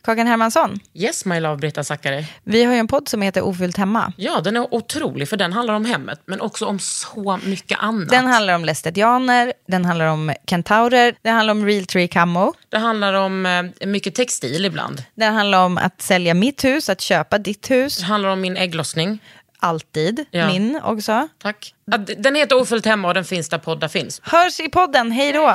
Kakan Hermansson. Yes, my love, Britta Zackari. Vi har ju en podd som heter Ofyllt hemma. Ja, den är otrolig för den handlar om hemmet, men också om så mycket annat. Den handlar om lästetianer, den handlar om kentaurer, den handlar om Realtree Camo. Det handlar om mycket textil ibland. Den handlar om att sälja mitt hus, att köpa ditt hus. Det handlar om min ägglossning. Alltid, min också. Tack. Den heter Ofyllt hemma och den finns där poddar finns. Hörs i podden, hej då!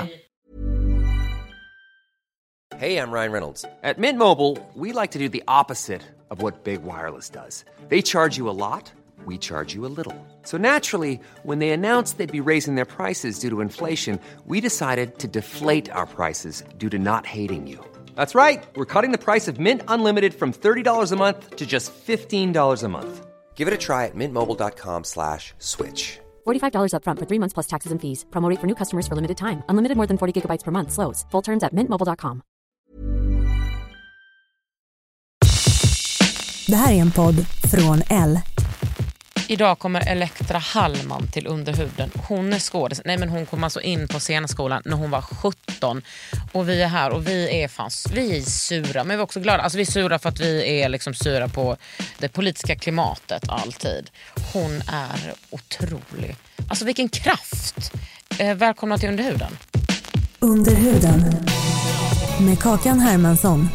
Hey, I'm Ryan Reynolds. At Mint Mobile, we like to do the opposite of what Big Wireless does. They charge you a lot, we charge you a little. So naturally, when they announced they'd be raising their prices due to inflation, we decided to deflate our prices due to not hating you. That's right. We're cutting the price of Mint Unlimited from $30 a month to just $15 a month. Give it a try at mintmobile.com/switch. $45 up front for 3 months plus taxes and fees. Promo rate for new customers for limited time. Unlimited more than 40 gigabytes per month. Slows full terms at mintmobile.com. Det här är en podd från L. Idag kommer Elektra Hallman till Underhuden. Hon är skådis. Nej, men hon kom alltså in på scenskolan när hon var 17. Och vi är här och vi är sura. Men vi är också glada. Alltså vi är sura för att vi är liksom sura på det politiska klimatet alltid. Hon är otrolig. Alltså vilken kraft. Välkomna till Underhuden. Underhuden med Kakan Hermansson.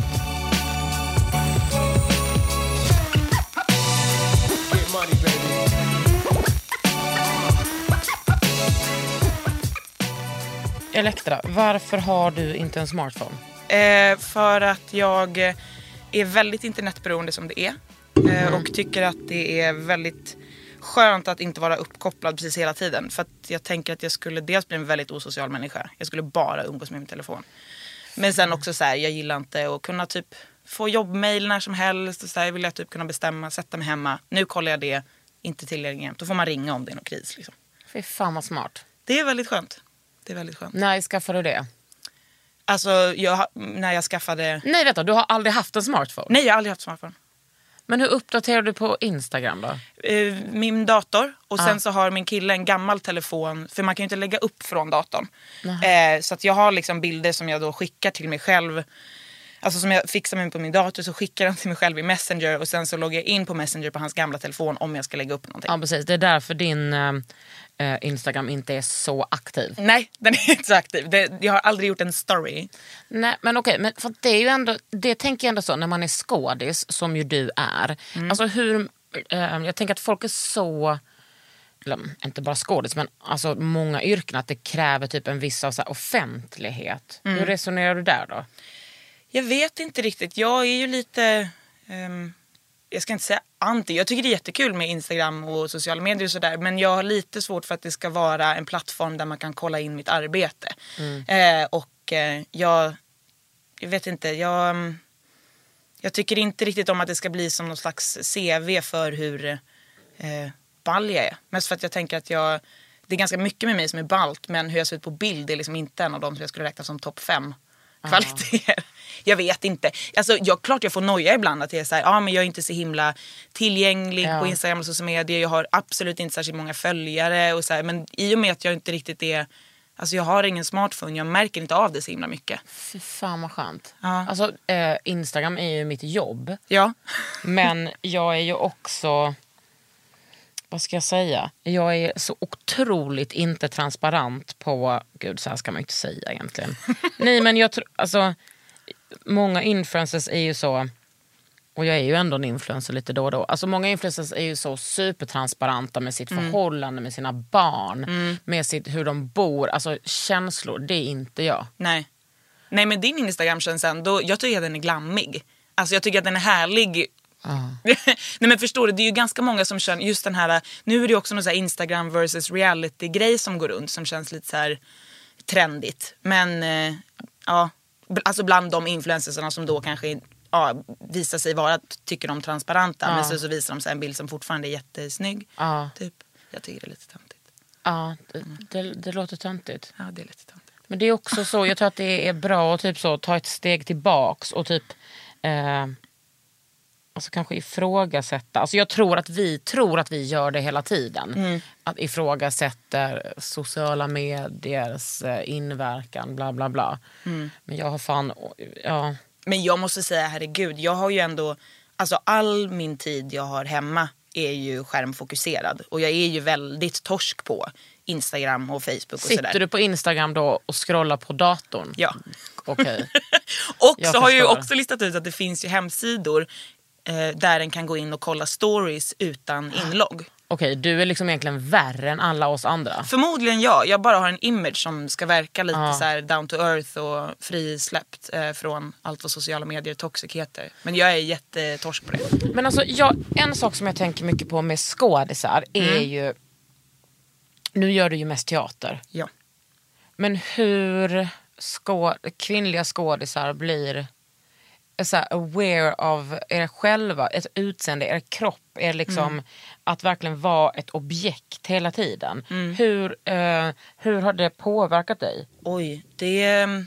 Elektra, varför har du inte en smartphone? För att jag är väldigt internetberoende som det är. Och tycker att det är väldigt skönt att inte vara uppkopplad precis hela tiden. För att jag tänker att jag skulle dels bli en väldigt osocial människa. Jag skulle bara umgås med min telefon. Men sen också så här, jag gillar inte att kunna typ få jobbmail när som helst. Och så här, vill jag typ kunna bestämma, sätta mig hemma. Nu kollar jag det, inte tillgängligt. Då får man ringa om det är någon kris liksom. Fy fan vad smart. Det är väldigt skönt. Det är väldigt skönt. När skaffade du det? Alltså, när jag skaffade... Nej, vet du har aldrig haft en smartphone? Nej, jag har aldrig haft smartphone. Men hur uppdaterar du på Instagram då? Min dator. Och sen så har min kille en gammal telefon. För man kan ju inte lägga upp från datorn. Så att jag har liksom bilder som jag då skickar till mig själv. Alltså som jag fixar mig på min dator så skickar jag till mig själv i Messenger. Och sen så loggar jag in på Messenger på hans gamla telefon om jag ska lägga upp någonting. Ja, precis. Det är därför din Instagram inte är så aktiv. Nej, den är inte så aktiv. Jag har aldrig gjort en story. Nej, men okej. Men för det är ju ändå, det tänker jag ändå så när man är skådis som ju du är. Alltså hur, jag tänker att folk är så... Eller, inte bara skådis, men alltså många yrken att det kräver typ en viss så här, offentlighet. Hur resonerar du där då? Jag vet inte riktigt. Jag är ju lite... jag ska inte säga anti. Jag tycker det är jättekul med Instagram och sociala medier och sådär. Men jag har lite svårt för att det ska vara en plattform där man kan kolla in mitt arbete. Jag vet inte. Jag tycker inte riktigt om att det ska bli som någon slags CV för hur ball jag är. Mest för att jag tänker att det är ganska mycket med mig som är ballt. Men hur jag ser ut på bild är liksom inte en av dem som jag skulle räkna som topp 5 kvaliteter. Jag vet inte. Alltså, klart jag får noja ibland att jag är så här, men jag är inte så himla tillgänglig på Instagram och sociala medier. Jag har absolut inte särskilt många följare och så här, men i och med att jag inte riktigt är, alltså jag har ingen smartphone, jag märker inte av det så himla mycket. Fy fan vad skönt. Ja. Alltså Instagram är ju mitt jobb. Ja. Men jag är ju också, vad ska jag säga? Jag är så otroligt inte transparent på... Gud, så här ska man inte säga egentligen. Nej, men jag tror... Alltså, många influencers är ju så... Och jag är ju ändå en influencer lite då och då. Alltså många influencers är ju så supertransparenta med sitt förhållande, med sina barn, med hur de bor. Alltså känslor, det är inte jag. Nej, men din Instagram känns ändå... Jag tycker att den är glammig. Alltså jag tycker att den är härlig... Nej men förstår du, det är ju ganska många som känner just den här, nu är det också någon så här Instagram versus reality grej som går runt som känns lite så här trendigt, men alltså bland de influencersarna som då kanske visar sig vara, tycker de transparenta, men så visar de så en bild som fortfarande är jättesnygg typ. Jag tycker det är lite töntigt. Ja, det låter töntigt. Ja, det är lite töntigt. Men det är också så, jag tror att det är bra att typ så ta ett steg tillbaks och typ alltså kanske ifrågasätta. Alltså jag tror att vi gör det hela tiden. Att ifrågasätta sociala mediers inverkan, bla bla bla. Men jag har fan, Men jag måste säga, herregud, jag har ju ändå, alltså all min tid jag har hemma är ju skärmfokuserad. Och jag är ju väldigt torsk på Instagram och Facebook och sådär. Sitter du på Instagram då och scrollar på datorn? Ja. Okej. Och Jag så har jag ju förstår. också listat ut att det finns ju hemsidor där en kan gå in och kolla stories utan inlogg. Okej, du är liksom egentligen värre än alla oss andra. Förmodligen ja. Jag bara har en image som ska verka lite så här down to earth och frisläppt från allt vad sociala medier toxic heter. Men jag är jättetorsk på det. Men alltså, en sak som jag tänker mycket på med skådisar är ju... Nu gör du ju mest teater. Ja. Men hur kvinnliga skådisar blir så här aware av er själva, ett utseende, er kropp, är liksom att verkligen vara ett objekt hela tiden. Hur har det påverkat dig? Oj, det är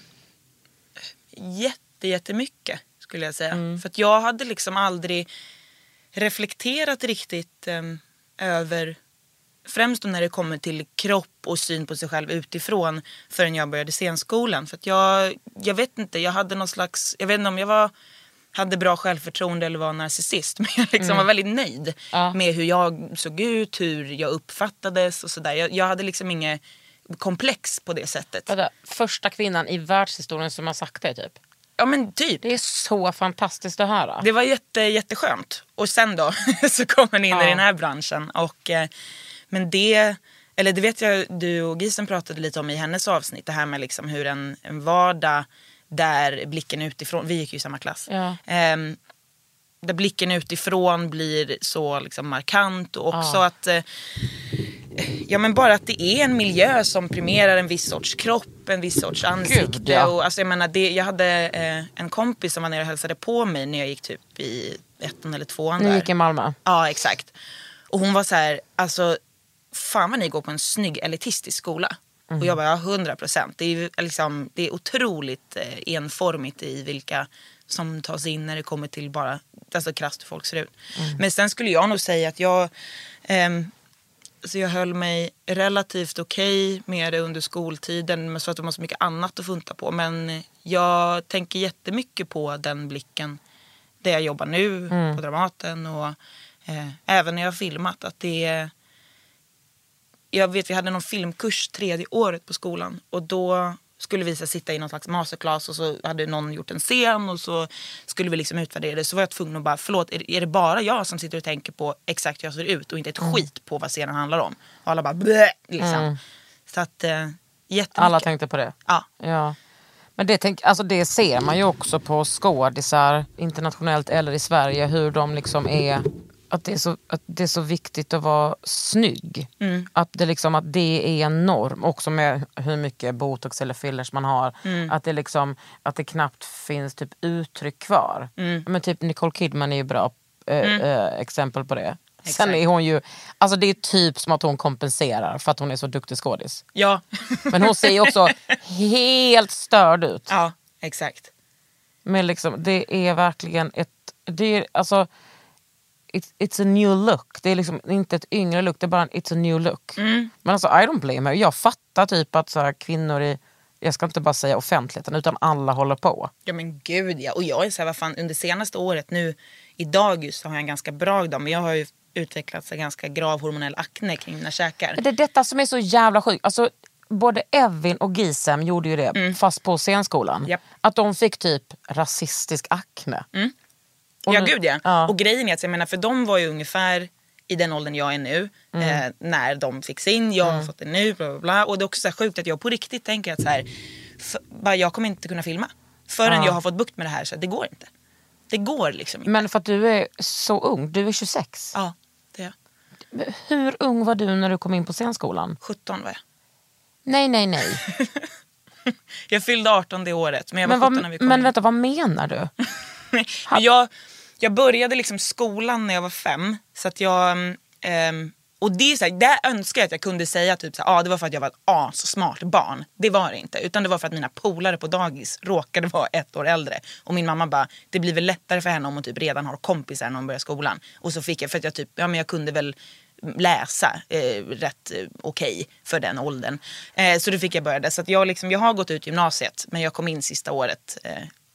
jättemycket skulle jag säga. För att jag hade liksom aldrig reflekterat riktigt över, främst när det kommer till kropp och syn på sig själv utifrån, förrän jag började scenskolan. För att jag vet inte, jag hade någon slags, jag vet inte om jag hade bra självförtroende eller var narcissist, men jag liksom var väldigt nöjd med hur jag såg ut, hur jag uppfattades och sådär. Jag hade liksom inget komplex på det sättet. Första kvinnan i världshistorien som har sagt det typ. Ja men typ. Det är så fantastiskt att höra. Det var jätteskönt. Och sen då så kom man in i den här branschen. Och, men det vet jag, du och Gisen pratade lite om i hennes avsnitt. Det här med liksom hur en vardag där blicken utifrån, vi gick ju i samma klass. Ja. Där blicken utifrån blir så liksom markant. Och också att ja men bara att det är en miljö som primerar en viss sorts kropp, en viss sorts ansikte. Gud, ja. Och alltså jag menar, jag hade en kompis som var nere och hälsade på mig när jag gick typ i 1:an eller 2:an där. Ni gick i Malmö? Ja, exakt. Och hon var så här, alltså fan vad ni går på en snygg elitistisk skola. Och jag bara, 100%. Det är liksom, det är otroligt enformigt i vilka som tas in när det kommer till bara, alltså krasst hur folk ser ut. Men sen skulle jag nog säga att så jag höll mig relativt okej med det under skoltiden, men så att det var så mycket annat att funta på. Men jag tänker jättemycket på den blicken där jag jobbar nu på Dramaten och även när jag har filmat, att det är, jag vet vi hade någon filmkurs 3:e året på skolan och då skulle vi sitta i någon slags masterclass och så hade någon gjort en scen och så skulle vi liksom utvärdera det. Så var jag tvungen att bara, förlåt, är det bara jag som sitter och tänker på exakt hur jag ser ut och inte ett skit på vad scenen handlar om? Och alla bara bleh, liksom. Så att jättemycket. Alla tänkte på det? Ja. Men det ser man ju också på skådisar internationellt eller i Sverige, hur de liksom är, att det är så viktigt att vara snygg. Att det liksom, att det är en norm också med hur mycket botox eller fillers man har. Att det liksom, att det knappt finns typ uttryck kvar. Men typ Nicole Kidman är ju bra exempel på det. Exakt. Sen är hon ju, alltså det är typ som att hon kompenserar för att hon är så duktig skådis. Ja. Men hon ser ju också helt störd ut. Ja, exakt. Men liksom, det är verkligen alltså it's a new look. Det är liksom inte ett yngre look, det är bara it's a new look. Men alltså I don't blame her. Jag fattar typ att så här, kvinnor jag ska inte bara säga offentligheten, utan alla håller på. Ja men gud ja. Och jag är så här, vad fan, under senaste året nu, idag just så har jag en ganska bra dag, men jag har ju utvecklat så ganska grav hormonell akne kring mina käkar. Det är detta som är så jävla sjukt. Alltså både Evin och Gisem gjorde ju det, fast på scenskolan. Japp. Att de fick typ rasistisk akne. Ja gud ja. Och grejen är att jag menar, för de var ju ungefär i den åldern jag är nu, när de fick sin, jag har fått det nu, bla bla bla. Och det är också så här sjukt att jag på riktigt tänker att så här, bara jag kommer inte kunna filma förrän jag har fått bukt med det här, så det går inte. Det går liksom inte. Men för att du är så ung, du är 26. Ja, det är jag. Hur ung var du när du kom in på scenskolan? 17 var jag. Nej. Jag fyllde 18 det året, men jag var 17 när vi kom Men in. vänta, vad menar du? Men jag började liksom skolan när jag var 5. Så att jag och det är så här, det önskar jag att jag kunde säga typ så här, det var för att jag var ett så smart barn. Det var det inte, utan det var för att mina polare på dagis råkade vara 1 år äldre. Och min mamma bara, det blir väl lättare för henne om hon typ redan har kompisar när hon börjar skolan. Och så fick jag, för att jag typ, men jag kunde väl läsa rätt okej för den åldern. Så då fick jag börja det. Så att jag har gått ut gymnasiet, men jag kom in sista året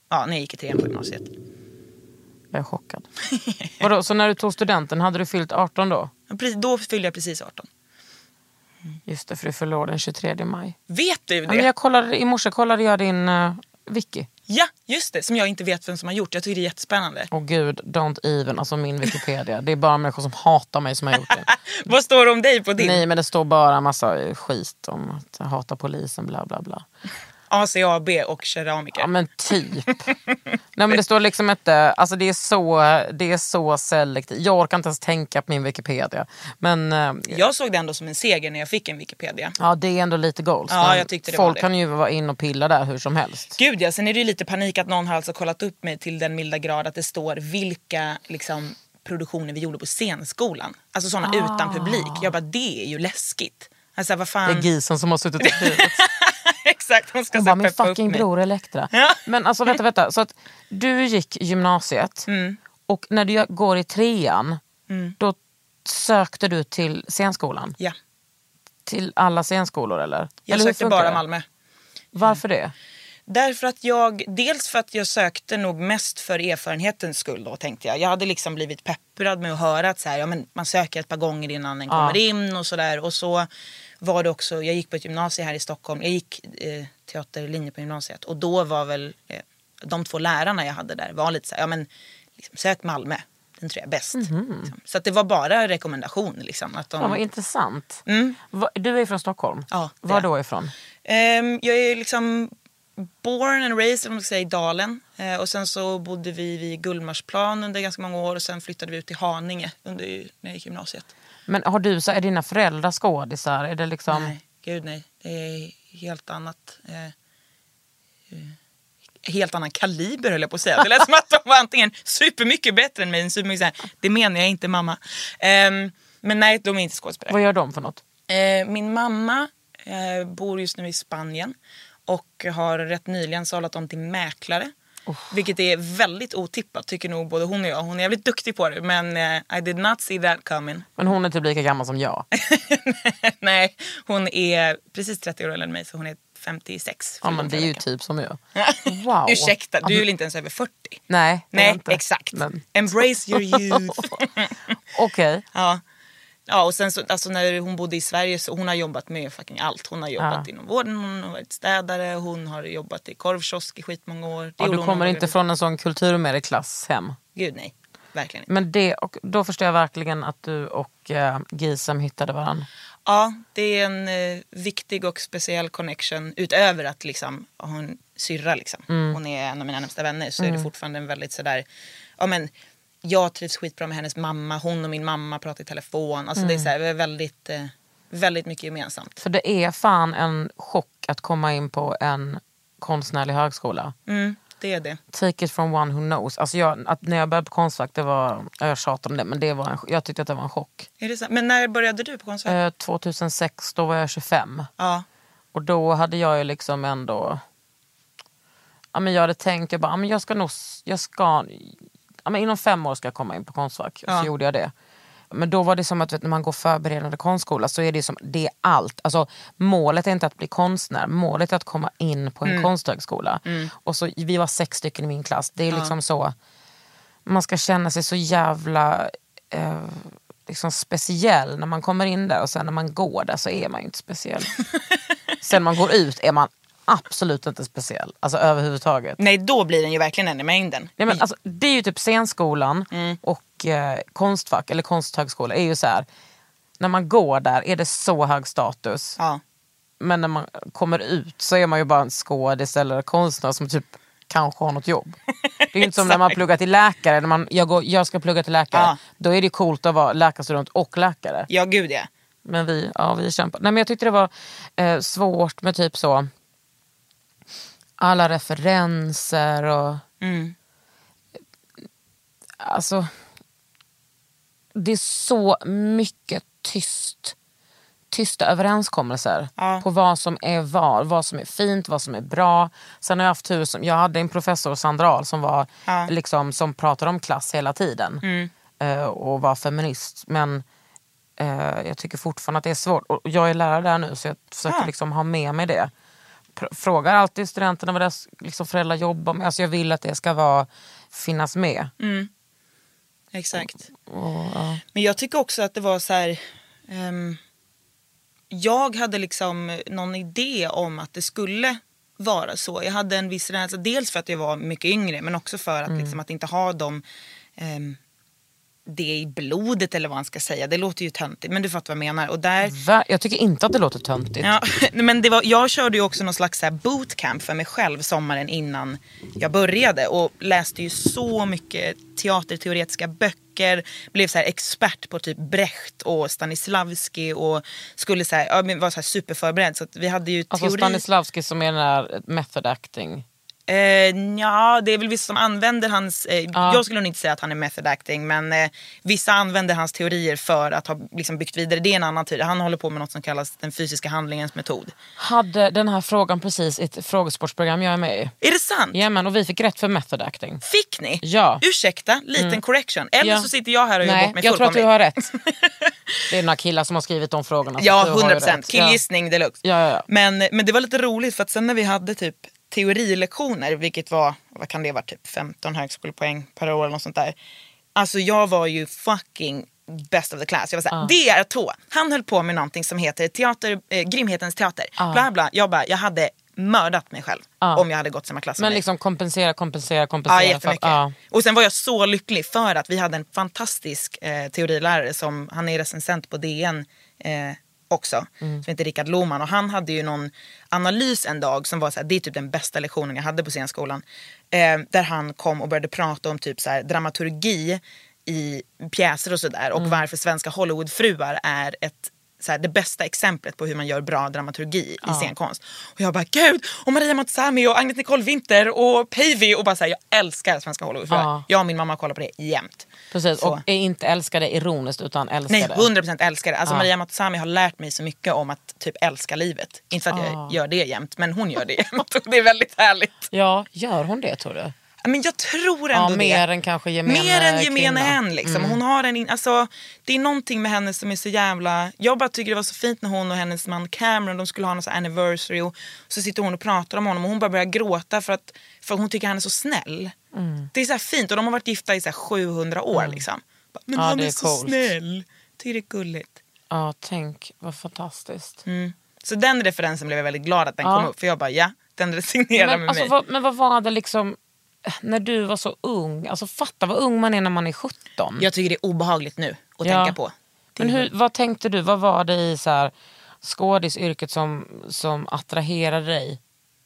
när jag gick i 3:an på gymnasiet. Jag är chockad. Vadå, så när du tog studenten, hade du fyllt 18 då? Då fyllde jag precis 18. Just det, för du fyllde år den 23 maj. Vet du det? Ja, men i morse kollade jag din wiki. Ja, just det. Som jag inte vet vem som har gjort. Jag tycker det är jättespännande. Åh gud, don't even, alltså min Wikipedia. Det är bara människor som hatar mig som har gjort det. Vad står det om dig på din? Nej, men det står bara en massa skit om att jag hatar polisen, bla bla bla. ACAB och keramiker. Ja, men typ. Nej, men det står liksom inte, alltså det är så selektivt. Jag orkar inte ens tänka på min Wikipedia. Men jag såg det ändå som en seger när jag fick en Wikipedia. ja, det är ändå lite goals. Ja, jag tyckte det folk var det. kan ju vara in och pilla där hur som helst. Gud ja, sen är det ju lite panik att någon har alltså kollat upp mig till den milda grad att det står vilka liksom produktioner vi gjorde på scenskolan. Alltså sådana utan publik. Jag bara, det är ju läskigt. Alltså vad fan. Det är Gisen som har suttit och skrivit. Exakt, hon ska Hon bara, min fucking bror Elektra. Ja. Men alltså vänta. Så att du gick gymnasiet och när du går i 3:an då sökte du till scenskolan? Ja, Till alla scenskolor eller? jag eller hur sökte funkar bara det? Malmö. Varför det? Därför att dels för att jag sökte nog mest för erfarenhetens skull då, tänkte jag. Jag hade liksom blivit pepprad med att höra att så här, ja, men man söker ett par gånger innan en kommer in och sådär. Och så var det också, jag gick på ett gymnasium här i Stockholm. Jag gick teaterlinje på gymnasiet. Och då var väl de 2 lärarna jag hade där var lite så här, ja men liksom, sök Malmö. Den tror jag är bäst. Liksom. Så att det var bara rekommendation liksom. Att Ja, vad intressant. Du är från Stockholm? Ja. Var då ifrån? Jag är liksom born and raised, om man ska säga, i Dalen. Och sen så bodde vi vid Gullmarsplan under ganska många år. Och sen flyttade vi ut till Haninge när jag gick gymnasiet. Men är dina föräldrar skådisar? Är det liksom... Nej, gud nej. Det är helt annat. Helt annan kaliber höll jag på att säga. Det lät som att de var antingen supermycket bättre än mig. Supermycket så här, det menar jag inte, mamma. Men nej, de är inte skådespelare. Vad gör de för något? Min mamma bor just nu i Spanien. Och har rätt nyligen sålat om till mäklare. Vilket är väldigt otippat, tycker nog både hon och jag. Hon är jävligt duktig på det, men I did not see that coming. Men hon är typ lika gammal som jag. Nej, hon är precis 30 år äldre än mig, så hon är 56. Ja, men det är ju typ som jag. Wow. Ursäkta, du är väl inte ens över 40? Nej, det är Nej, inte. exakt. Men... Embrace your youth. Okej. Ja, och sen så, alltså när hon bodde i Sverige så hon har jobbat med fucking allt. Hon har jobbat inom vården, hon har varit städare, hon har jobbat i korvkiosk i skitmånga år. Ja, du kommer inte från en sån kulturmedieklass hem? Gud nej, verkligen inte. Men då förstår jag verkligen att du och Gisem hittade varandra. Ja, det är en viktig och speciell connection. Utöver att liksom, hon syrra liksom. Hon är en av mina närmsta vänner. Så är det fortfarande en väldigt sådär, ja men jag trivs skitbra med hennes mamma. Hon och min mamma pratar i telefon. Alltså det är så här, väldigt, väldigt mycket gemensamt. För det är fan en chock att komma in på en konstnärlig högskola. Det är det. Take it from one who knows. Alltså när jag började på Konstfack, jag tjatade om det, men jag tyckte att det var en chock. Är det så? Men när började du på Konstfack? 2006, då var jag 25. Ja. Och då hade jag ju liksom ändå... Ja, men jag hade tänkt, inom 5 år ska jag komma in på Konstfack. Så gjorde jag det. Men då var det som att när man går förberedande konstskola så är det som, det är allt. Alltså målet är inte att bli konstnär. Målet är att komma in på en konsthögskola. Och så, vi var 6 stycken i min klass. Det är liksom så, man ska känna sig så jävla liksom speciell när man kommer in där. Och sen när man går där så är man ju inte speciell. Sen när man går ut är man absolut inte speciell. Alltså överhuvudtaget. Nej, då blir den ju verkligen en i mängden. Nej, men alltså, det är ju typ scenskolan och Konstfack eller konsthögskola är ju så här. När man går där är det så hög status. Ja. Men när man kommer ut så är man ju bara en skådis eller konstnär som typ kanske har något jobb. Det är ju inte som när man pluggar till läkare. När jag ska plugga till läkare. Då är det coolt att vara läkarstudent och läkare. Ja, gud ja. Men vi kämpar. Nej, men jag tyckte det var svårt med typ så alla referenser och alltså det är så mycket tysta överenskommelser på vad som är vad som är fint, vad som är bra. Sen har jag haft tur jag hade en professor, Sandral, som var liksom, som pratade om klass hela tiden och var feminist, men jag tycker fortfarande att det är svårt, och jag är lärare där nu så jag försöker liksom ha med mig det frågar alltid studenterna vad deras liksom föräldrar jobbar med. Alltså jag vill att det ska finnas med. Exakt. Ja. Men jag tycker också att det var så här... jag hade liksom någon idé om att det skulle vara så. Jag hade en viss rädsla, dels för att jag var mycket yngre, men också för att, liksom, att inte ha dem... det i blodet eller vad man ska säga. Det låter ju töntigt, men du fattar vad jag menar. Och där... Jag tycker inte att det låter töntigt. Ja, men jag körde ju också någon slags så här bootcamp för mig själv sommaren innan jag började. Och läste ju så mycket teaterteoretiska böcker. Blev så här expert på typ Brecht och Stanislavski. Och skulle så här, var så här superförberedd. Så att vi hade ju teori... Alltså Stanislavski som är den här method acting. Ja, det är väl vissa som använder hans... Jag skulle nog inte säga att han är method acting, men vissa använder hans teorier för att ha liksom byggt vidare. Det är en annan teori. Han håller på med något som kallas den fysiska handlingens metod. Hade den här frågan precis i ett frågesportsprogram jag är med i. Är det sant? Jajamän, och vi fick rätt för method acting. Fick ni? Ja. Ursäkta, liten correction. Eller så sitter jag här och gör bort mig jag tror att fullkomligt. du har rätt. Det är några killar som har skrivit de frågorna. Ja, 100%. Killgissning deluxe. Ja. Men det var lite roligt för att sen när vi hade typ teorilektioner, vilket var, vad kan det vara, typ 15 högskolepoäng per år eller något sånt där. Alltså jag var ju fucking best of the class. Jag var såhär, det är två. Han höll på med någonting som heter Grymhetens teater. Bla bla. Jag hade mördat mig själv om jag hade gått samma klass. Men liksom kompensera. Ja, jättemycket. Och sen var jag så lycklig för att vi hade en fantastisk teorilärare som, han är recensent på DN också, som heter Rickard Lohman, och han hade ju någon analys en dag som var så här, det är typ den bästa lektionen jag hade på scenskolan, där han kom och började prata om typ så här dramaturgi i pjäser och sådär, och varför svenska Hollywoodfruar är det bästa exemplet på hur man gör bra dramaturgi i scenkonst. Och jag bara, gud, och Maria Montazami och Agnes Nicole Winter och Päivi, och bara så här, jag älskar svenska Hollywoodfruar. Jag och min mamma kollar på det jämt. Precis, så. Och är inte älskar det ironiskt utan älskar det. Nej, 100% älskar det. Alltså Maria Montazami har lärt mig så mycket om att typ älska livet. Inte för att jag gör det jämt, men hon gör det jämt. Och det är väldigt härligt. Ja, gör hon det, tror du? Men jag tror ändå det. Mer än kanske gemene hen liksom. Hon har alltså, det är någonting med henne som är så jävla... Jag bara tycker det var så fint när hon och hennes man Cameron, de skulle ha någon så anniversary, och så sitter hon och pratar om honom och hon bara börjar gråta för hon tycker han är så snäll. Det är så här fint, och de har varit gifta i så här 700 år liksom. Men han är så snäll. Tycker det är gulligt. Ja, tänk, vad fantastiskt. Så den referensen blev jag väldigt glad att den kom upp, för jag bara, den resignerar med mig. Men vad var det liksom när du var så ung? Alltså fatta vad ung man är när man är 17. Jag tycker det är obehagligt nu att tänka på. Men vad tänkte du? Vad var det i så här skådisyrket som attraherade dig?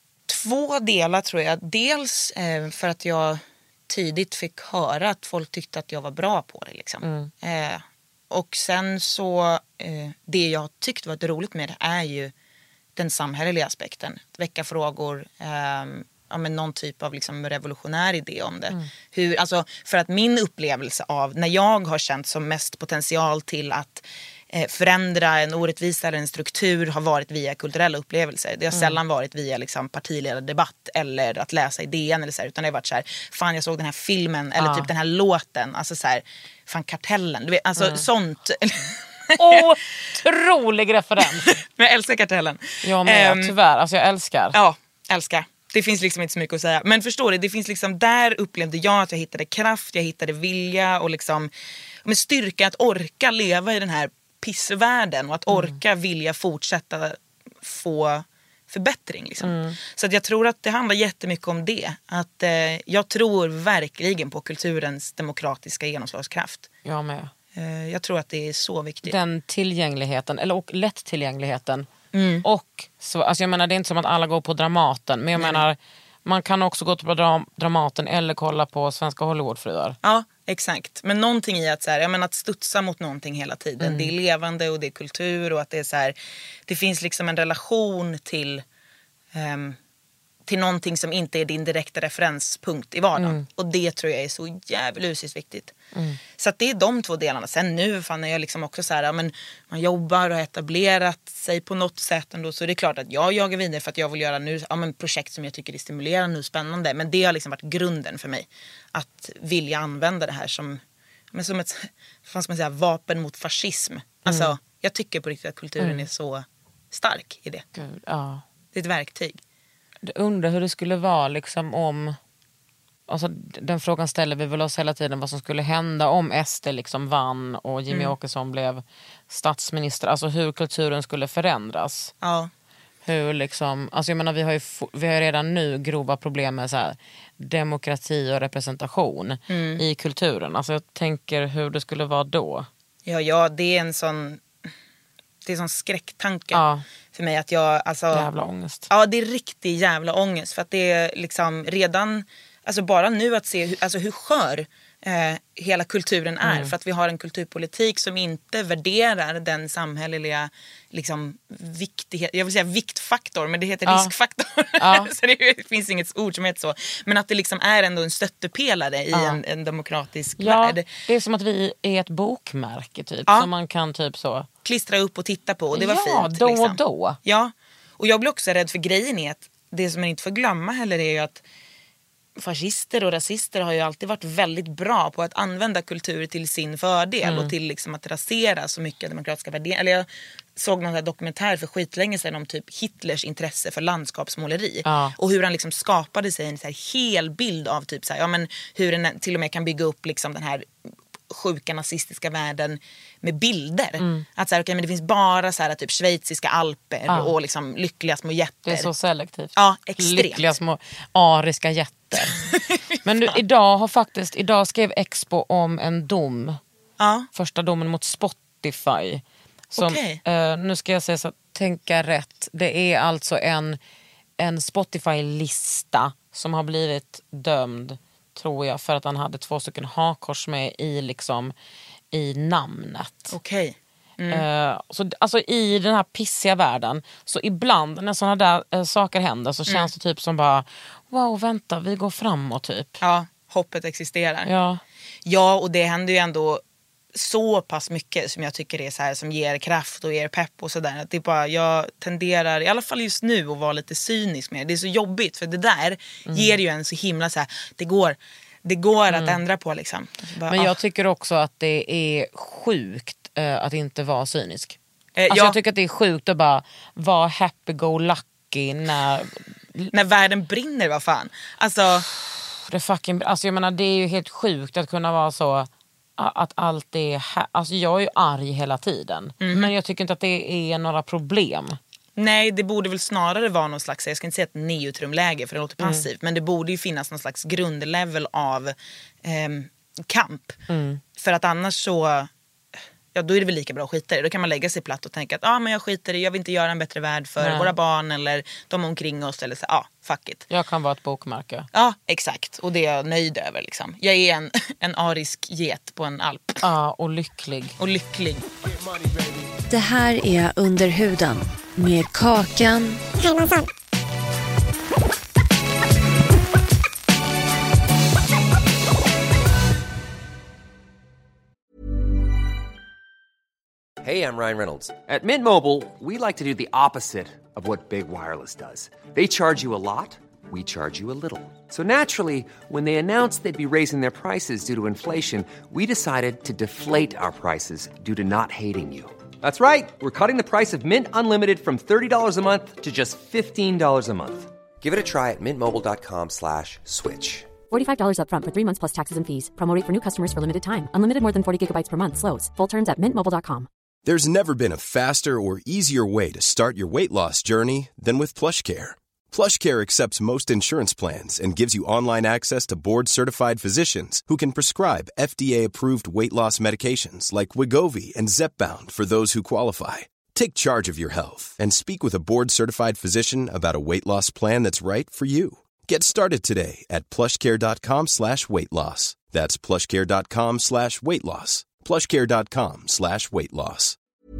2 delar tror jag. Dels för att jag tidigt fick höra att folk tyckte att jag var bra på det liksom. Och sen så det jag tyckte var roligt med det är ju den samhälleliga aspekten. Väcka frågor, men någon typ av liksom revolutionär idé om det. Alltså, för att min upplevelse av när jag har känt som mest potential till att förändra en orättvisa eller en struktur har varit via kulturella upplevelser. Det har sällan varit via liksom partiledardebatt eller att läsa i DN eller så här, utan det har varit så här, fan jag såg den här filmen eller typ den här låten, alltså så här, fan Kartellen, du vet, alltså sånt. Otrolig referens. Men jag älskar Kartellen. Jag med, tyvärr, alltså jag älskar. Ja, älskar. Det finns liksom inte så mycket att säga. Men förstår du, det finns liksom, där upplevde jag att jag hittade kraft, jag hittade vilja och liksom med styrka att orka leva i den här pissvärlden och att orka vilja fortsätta få förbättring liksom. Så att jag tror att det handlar jättemycket om det. Att jag tror verkligen på kulturens demokratiska genomslagskraft. Jag med. Jag tror att det är så viktigt. Den tillgängligheten, och lättillgängligheten. Och så, alltså jag menar, det är inte som att alla går på Dramaten, men jag menar, man kan också gå på Dramaten eller kolla på svenska Hollywoodfruar. Ja, exakt. Men någonting i att så här, jag menar, att studsa mot någonting hela tiden. Det är levande och det är kultur, och att det är så här, det finns liksom en relation till någonting som inte är din direkta referenspunkt i vardagen. Och det tror jag är så jävligt viktigt. Så att det är de 2 delarna. Sen nu fan är jag liksom också så här, men man jobbar och har etablerat sig på något sätt ändå, så det är klart att jag jagar vidare för att jag vill göra nu projekt som jag tycker är stimulerande och spännande. Men det har liksom varit grunden för mig, att vilja använda det här som ett, vad ska man säga, vapen mot fascism. Alltså jag tycker på riktigt att kulturen är så stark i det. Gud, ja. Det är ett verktyg. undrar hur det skulle vara liksom om... Alltså, den frågan ställer vi väl oss hela tiden, vad som skulle hända om SD liksom vann och Jimmy Åkesson blev statsminister. Alltså hur kulturen skulle förändras. Ja. Hur liksom, alltså jag menar, vi har redan nu grova problem med så här, demokrati och representation i kulturen. Alltså jag tänker hur det skulle vara då. Ja, det är en sån skräcktanke för mig att jag... Alltså, jävla ångest. Ja, det är riktigt jävla ångest. För att det är liksom redan... Alltså bara nu att se hur skör hela kulturen är. För att vi har en kulturpolitik som inte värderar den samhälleliga liksom, viktighet. Jag vill säga viktfaktor, men det heter riskfaktor. Så det finns inget ord som heter så. Men att det liksom är ändå en stöttepelare i en demokratisk värld. Det är som att vi är ett bokmärke typ. Som man kan typ så... klistra upp och titta på. Och det var fint. Då liksom. och då. Ja, och jag blir också rädd för grejen är att det som man inte får glömma heller är ju att fascister och rasister har ju alltid varit väldigt bra på att använda kultur till sin fördel och till liksom att rasera så mycket demokratiska värderingar. Eller jag såg någon dokumentär för skitlänge sedan om typ Hitlers intresse för landskapsmåleri och hur han liksom skapade sig en så här hel bild av typ så här, ja men hur den till och med kan bygga upp liksom den här sjuka nazistiska världen med bilder. Att så här, okay, men det finns bara så här typ schweiziska alper och liksom lyckliga små jätter. Det är så selektivt. Ja, extremt. Lyckliga små ariska jätter. Men nu, idag skrev Expo om en dom. Första domen mot Spotify. Som, nu ska jag säga så, tänka rätt. Det är alltså en Spotify-lista som har blivit dömd, tror jag, för att han hade 2 stycken hakkors med i namnet. Okej. Så, alltså i den här pissiga världen, så ibland när sådana där saker händer så känns det typ som bara, wow, vänta, vi går framåt typ. Ja, hoppet existerar. Ja, och det händer ju ändå så pass mycket som jag tycker är så här, som ger kraft och ger pepp och sådär. Att det är bara, jag tenderar, i alla fall just nu, att vara lite cynisk med det. Det är så jobbigt, för det där ger ju en så himla så här, det går att ändra på liksom. Bara, men jag tycker också att det är sjukt att inte vara cynisk. Alltså jag tycker att det är sjukt att bara vara happy-go-lucky när världen brinner, vad fan. Alltså jag menar, det är ju helt sjukt att kunna vara så att allt är alltså jag är ju arg hela tiden. Men jag tycker inte att det är några problem. Nej, det borde väl snarare vara någon slags, jag ska inte säga ett neutrumläge för det låter passivt, men det borde ju finnas någon slags grundlevel av kamp. För att annars så, ja, då är det väl lika bra att skita i det. Då kan man lägga sig platt och tänka att men jag skiter i, jag vill inte göra en bättre värld för våra barn eller de omkring oss, eller så, fuck it. Jag kan vara ett bokmärke. Ja, exakt. Och det är jag nöjd över liksom. Jag är en arisk get på en alp. Ja, och lycklig. Det här är Under huden med Kakan Hermansson. Hey, I'm Ryan Reynolds. At Mint Mobile, we like to do the opposite of what Big Wireless does. They charge you a lot, we charge you a little. So naturally, when they announced they'd be raising their prices due to inflation, we decided to deflate our prices due to not hating you. That's right. We're cutting the price of Mint Unlimited from $30 a month to just $15 a month. Give it a try at mintmobile.com/switch. $45 up front for 3 months plus taxes and fees. Promo rate for new customers for limited time. Unlimited more than 40 gigabytes per month. Slows full terms at mintmobile.com. There's never been a faster or easier way to start your weight loss journey than with PlushCare. PlushCare accepts most insurance plans and gives you online access to board-certified physicians who can prescribe FDA-approved weight loss medications like Wegovy and Zepbound for those who qualify. Take charge of your health and speak with a board-certified physician about a weight loss plan that's right for you. Get started today at plushcare.com/weightloss. That's plushcare.com/weightloss. plushcare.com/weightloss.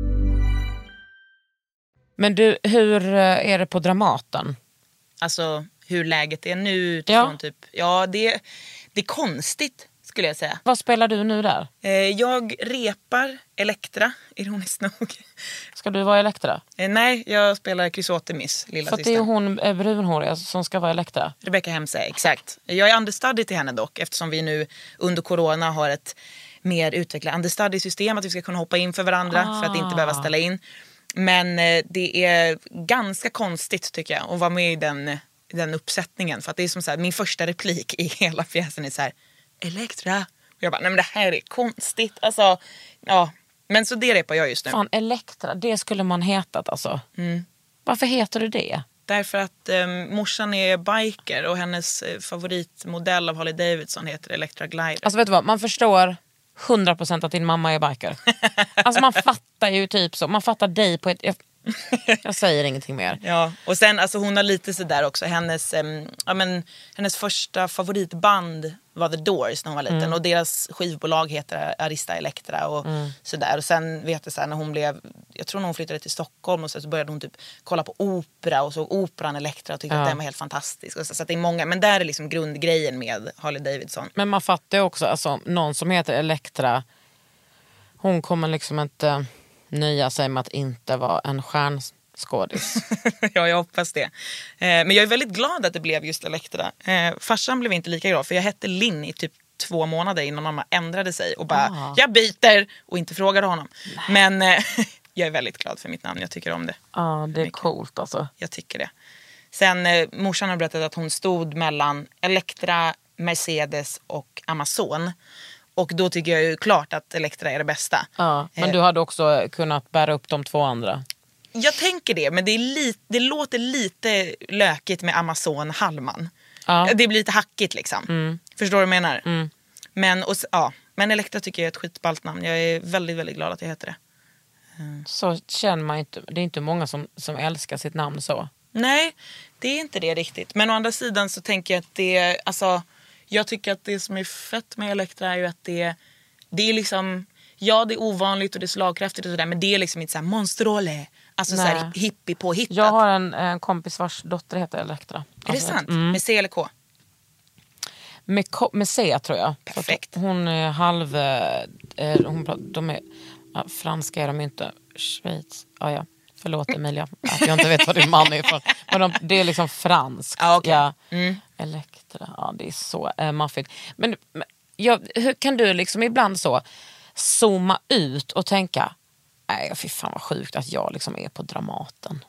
Men du, hur är det på Dramaten? Alltså hur läget är nu utifrån typ. Ja, det är konstigt skulle jag säga. Vad spelar du nu där? Jag repar Elektra, ironiskt nog. Ska du vara Elektra? Nej, jag spelar Chrysotemis, lilla för syster. Det är hon brunhåriga som ska vara Elektra. Rebecca Hemse, exakt. Jag är understudy till henne dock, eftersom vi nu under corona har ett mer utvecklat understudy-system, att vi ska kunna hoppa in för varandra för att inte behöva ställa in. Men det är ganska konstigt tycker jag att vara med i den den uppsättningen. För att det är som så här, min första replik i hela pjäsen är så här: Elektra. Och jag bara, nej men det här är konstigt. Alltså, ja. Men så det repar jag just nu. Fan, Elektra, det skulle man hetat alltså. Varför heter du det? Därför att morsan är biker och hennes favoritmodell av Harley Davidson heter Electra Glider. Alltså vet du vad, man förstår 100% att din mamma är biker. Alltså man fattar ju typ så. Man fattar dig på ett... Jag säger ingenting mer. Ja, och sen alltså hon har lite så där också. Hennes första favoritband var The Doors när hon var liten. Och deras skivbolag heter Arista Elektra och sådär. Och sen vet jag så här, när hon blev... Jag tror när hon flyttade till Stockholm och så började hon typ kolla på opera och såg operan Elektra och tyckte att den var helt fantastisk. Och så att det är många, men där är liksom grundgrejen med Harley Davidson. Men man fattar ju också, alltså någon som heter Elektra, hon kommer liksom inte nöja sig med att inte vara en stjärnskådis. Ja, jag hoppas det. Men jag är väldigt glad att det blev just Elektra. Farsan blev inte lika glad, för jag hette Linn i typ 2 månader innan mamma ändrade sig och bara, jag byter, och inte frågade honom. Nej. Men jag är väldigt glad för mitt namn, jag tycker om det. Ja, det är coolt alltså. Jag tycker det. Sen morsan har berättat att hon stod mellan Elektra, Mercedes och Amazon. Och då tycker jag ju klart att Elektra är det bästa. Ja, men du hade också kunnat bära upp de 2 andra. Jag tänker det, men det låter lite lökigt med Amazon Hallman. Ja. Det blir lite hackigt liksom. Förstår du vad jag menar? Men Elektra tycker jag är ett skitballt namn. Jag är väldigt, väldigt glad att jag heter det. Så känner man inte. Det är inte många som älskar sitt namn så. Nej, det är inte det riktigt. Men å andra sidan så tänker jag att det... Alltså, jag tycker att det som är fett med Elektra är ju att det är liksom... Ja, det är ovanligt och det är slagkraftigt och sådär, men det är liksom inte så här monsterole. Alltså så här hippie påhittat. Jag har en kompis vars dotter heter Elektra. Är det sant? Med C eller K? Med C tror jag. Perfekt. Hon är halv... de är, franska är de inte. Schweiz. Ja. Förlåt Emilia att jag inte vet vad din man är för. Men det är liksom franskt. Okay. Ja. Elektra. Ja, det är så maffigt. Men hur kan du liksom ibland så zooma ut och tänka, nej fy fan vad sjukt att jag liksom är på Dramaten.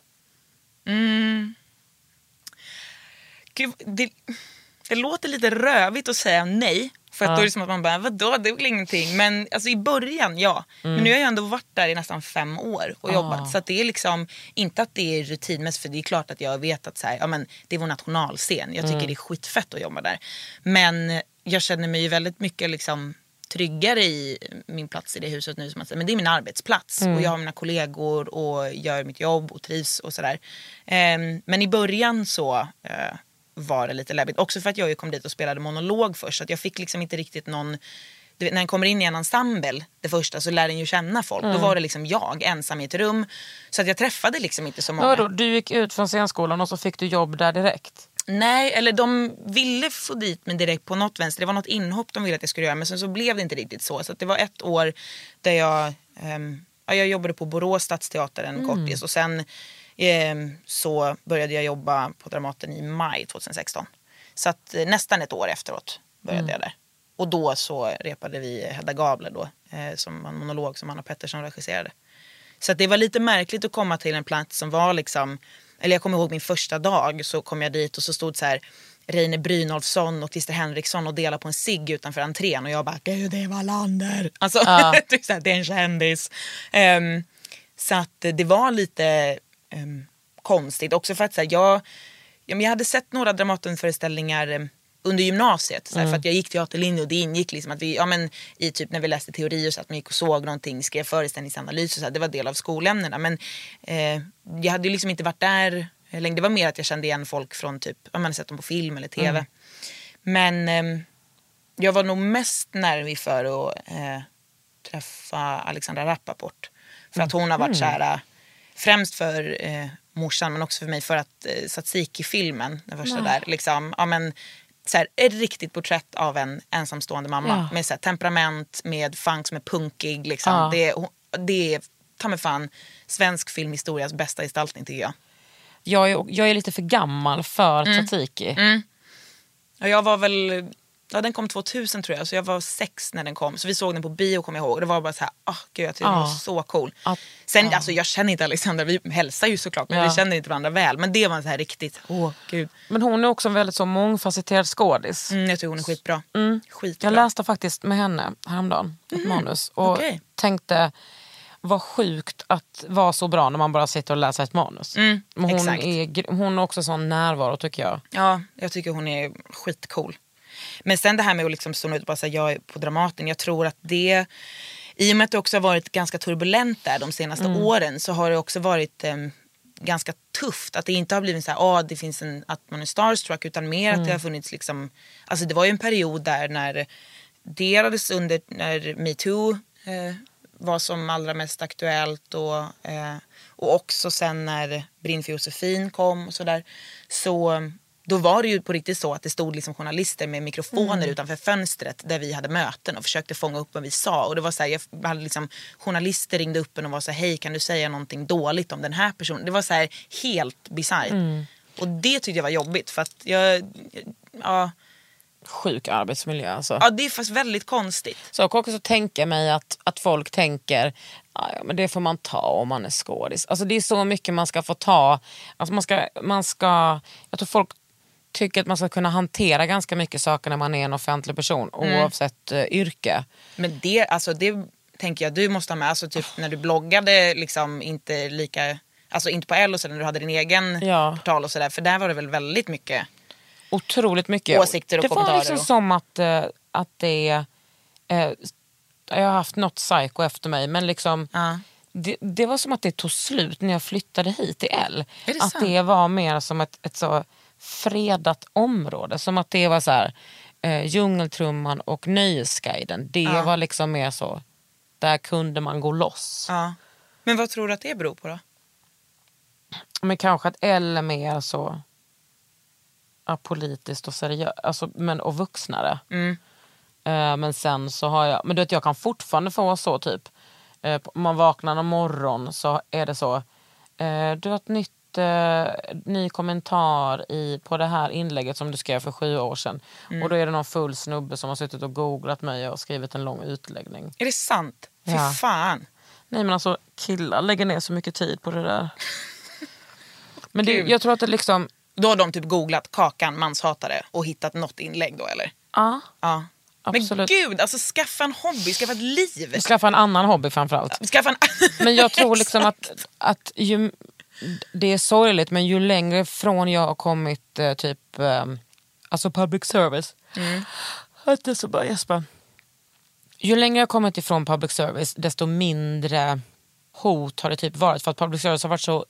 Gud, det låter lite rövigt att säga nej. För att då är det som att man bara, vadå, det är väl ingenting. Men alltså i början, ja. Men nu har jag ändå varit där i nästan 5 år och jobbat. Så att det är liksom, inte att det är rutinmässigt, för det är klart att jag vet att så här, ja, men det är vår nationalscen. Jag tycker det är skitfett att jobba där. Men jag känner mig ju väldigt mycket liksom tryggare i min plats i det huset nu. Som att, men det är min arbetsplats. Och jag har mina kollegor och gör mitt jobb och trivs och sådär. Men i början så... var det lite läbbigt. Också för att jag ju kom dit och spelade monolog först. Så att jag fick liksom inte riktigt någon... Du vet, när en kommer in i en ensemble det första så lär en ju känna folk. Då var det liksom jag ensam i ett rum. Så att jag träffade liksom inte så många. Vadå, du gick ut från scenskolan och så fick du jobb där direkt? Nej, eller de ville få dit mig direkt på något vänster. Det var något inhopp de ville att jag skulle göra. Men sen så blev det inte riktigt så. Så att det var 1 år där jag jobbade på Borås Stadsteater en kortis. Och sen... så började jag jobba på Dramaten i maj 2016. Så att nästan 1 år efteråt började jag där. Och då så repade vi Hedda Gabler då, som en monolog som Anna Pettersson regisserade. Så att det var lite märkligt att komma till en plats som var liksom... Eller jag kommer ihåg min första dag, så kom jag dit och så stod så här Reine Brynolfsson och Christer Henriksson och delade på en cigg utanför entrén. Och jag bara, gud det var Lander. Alltså, det är en kändis. Så att det var lite... konstigt också för att så här, jag hade sett några Dramatenföreställningar under gymnasiet så här, för att jag gick teaterlinje och det ingick liksom att vi i typ när vi läste teori och så att man gick och såg någonting, skrev föreställningsanalys och så här, det var del av skolämnena, men jag hade ju liksom inte varit där länge. Det var mer att jag kände igen folk från typ, om man hade sett dem på film eller tv. Men jag var nog mest nervig för att träffa Alexandra Rappaport, för att hon har varit så här. Främst för morsan, men också för mig för att Tsatsiki-filmen, den första där, liksom, ja men så här, ett riktigt porträtt av en ensamstående mamma med så här, temperament, med funk som är punkig, liksom. Det är ta mig fan svensk filmhistorias bästa gestaltning tycker jag. Jag är lite för gammal för Tsatsiki. Ja, jag var väl Ja, den kom 2000 tror jag. Så jag var 6 när den kom. Så vi såg den på bio, kommer jag ihåg. Och det var bara så här, gud, jag tyckte den var så cool. Sen, alltså jag känner inte Alexandra, vi hälsar ju såklart. Men vi känner inte varandra väl. Men det var så här riktigt, gud. Men hon är också en väldigt så mångfacetterad skådis. Jag tror hon är skitbra. Skitbra. Jag läste faktiskt med henne häromdagen ett manus. Och tänkte, vad sjukt att vara så bra när man bara sitter och läser ett manus. Men hon är också sån närvaro, tycker jag. Ja, jag tycker hon är skitcool. Men sen det här med att liksom stå ut och bara säga jag är på Dramaten. Jag tror att det, i och med att det också har varit ganska turbulent där de senaste åren, så har det också varit ganska tufft. Att det inte har blivit så här, det finns att man är starstruck, utan mer att det har funnits liksom, alltså det var ju en period där när delades under när MeToo var som allra mest aktuellt och också sen när Brinn för Josefin kom och sådär, så då var det ju på riktigt så att det stod liksom journalister med mikrofoner utanför fönstret där vi hade möten och försökte fånga upp vad vi sa. Och det var så här, jag hade liksom, journalister ringde upp en och var så här, hej, kan du säga någonting dåligt om den här personen? Det var så här helt bisarrt. Och det tyckte jag var jobbigt för att Sjuk arbetsmiljö alltså. Ja, det är fast väldigt konstigt. Så jag kan också tänka mig att folk tänker, men det får man ta om man är skådis. Alltså det är så mycket man ska få ta. Alltså man ska jag tror folk tycker att man ska kunna hantera ganska mycket saker när man är en offentlig person, oavsett yrke. Men det tänker jag du måste ha med. Alltså typ när du bloggade liksom inte lika, alltså inte på L och så, när du hade din egen portal och sådär. För där var det väl väldigt mycket, otroligt mycket åsikter och kommentarer. Det var liksom som att det jag har haft något psycho efter mig, men liksom det var som att det tog slut när jag flyttade hit till L. Att sant? Det var mer som ett så fredat område, som att det var så här Djungeltrumman och Nöjesguiden. Det var liksom mer så, där kunde man gå loss. Men vad tror du att det beror på då? Men kanske att L är mer så politiskt och seriöst, alltså, och vuxnare. Men sen så har jag, men du vet, jag kan fortfarande få så typ, om man vaknar en morgon så är det så, du har ett ny kommentar på det här inlägget som du skrev för 7 år sedan. Och då är det någon full snubbe som har suttit och googlat mig och skrivit en lång utläggning. Är det sant? Fy fan. Nej, men alltså killar lägger ner så mycket tid på det där. Men jag tror att det liksom, då har de typ googlat Kakan manshatare och hittat något inlägg då, eller? Ja. Absolut. Men gud, alltså skaffa en hobby, skaffa ett liv. Skaffa en annan hobby framförallt. Men jag tror liksom att ju, det är sorgligt, men ju längre från jag har kommit alltså public service. Att det så bara Jesper. Ju längre jag har kommit ifrån public service, desto mindre hot har det typ varit, för att public service har varit så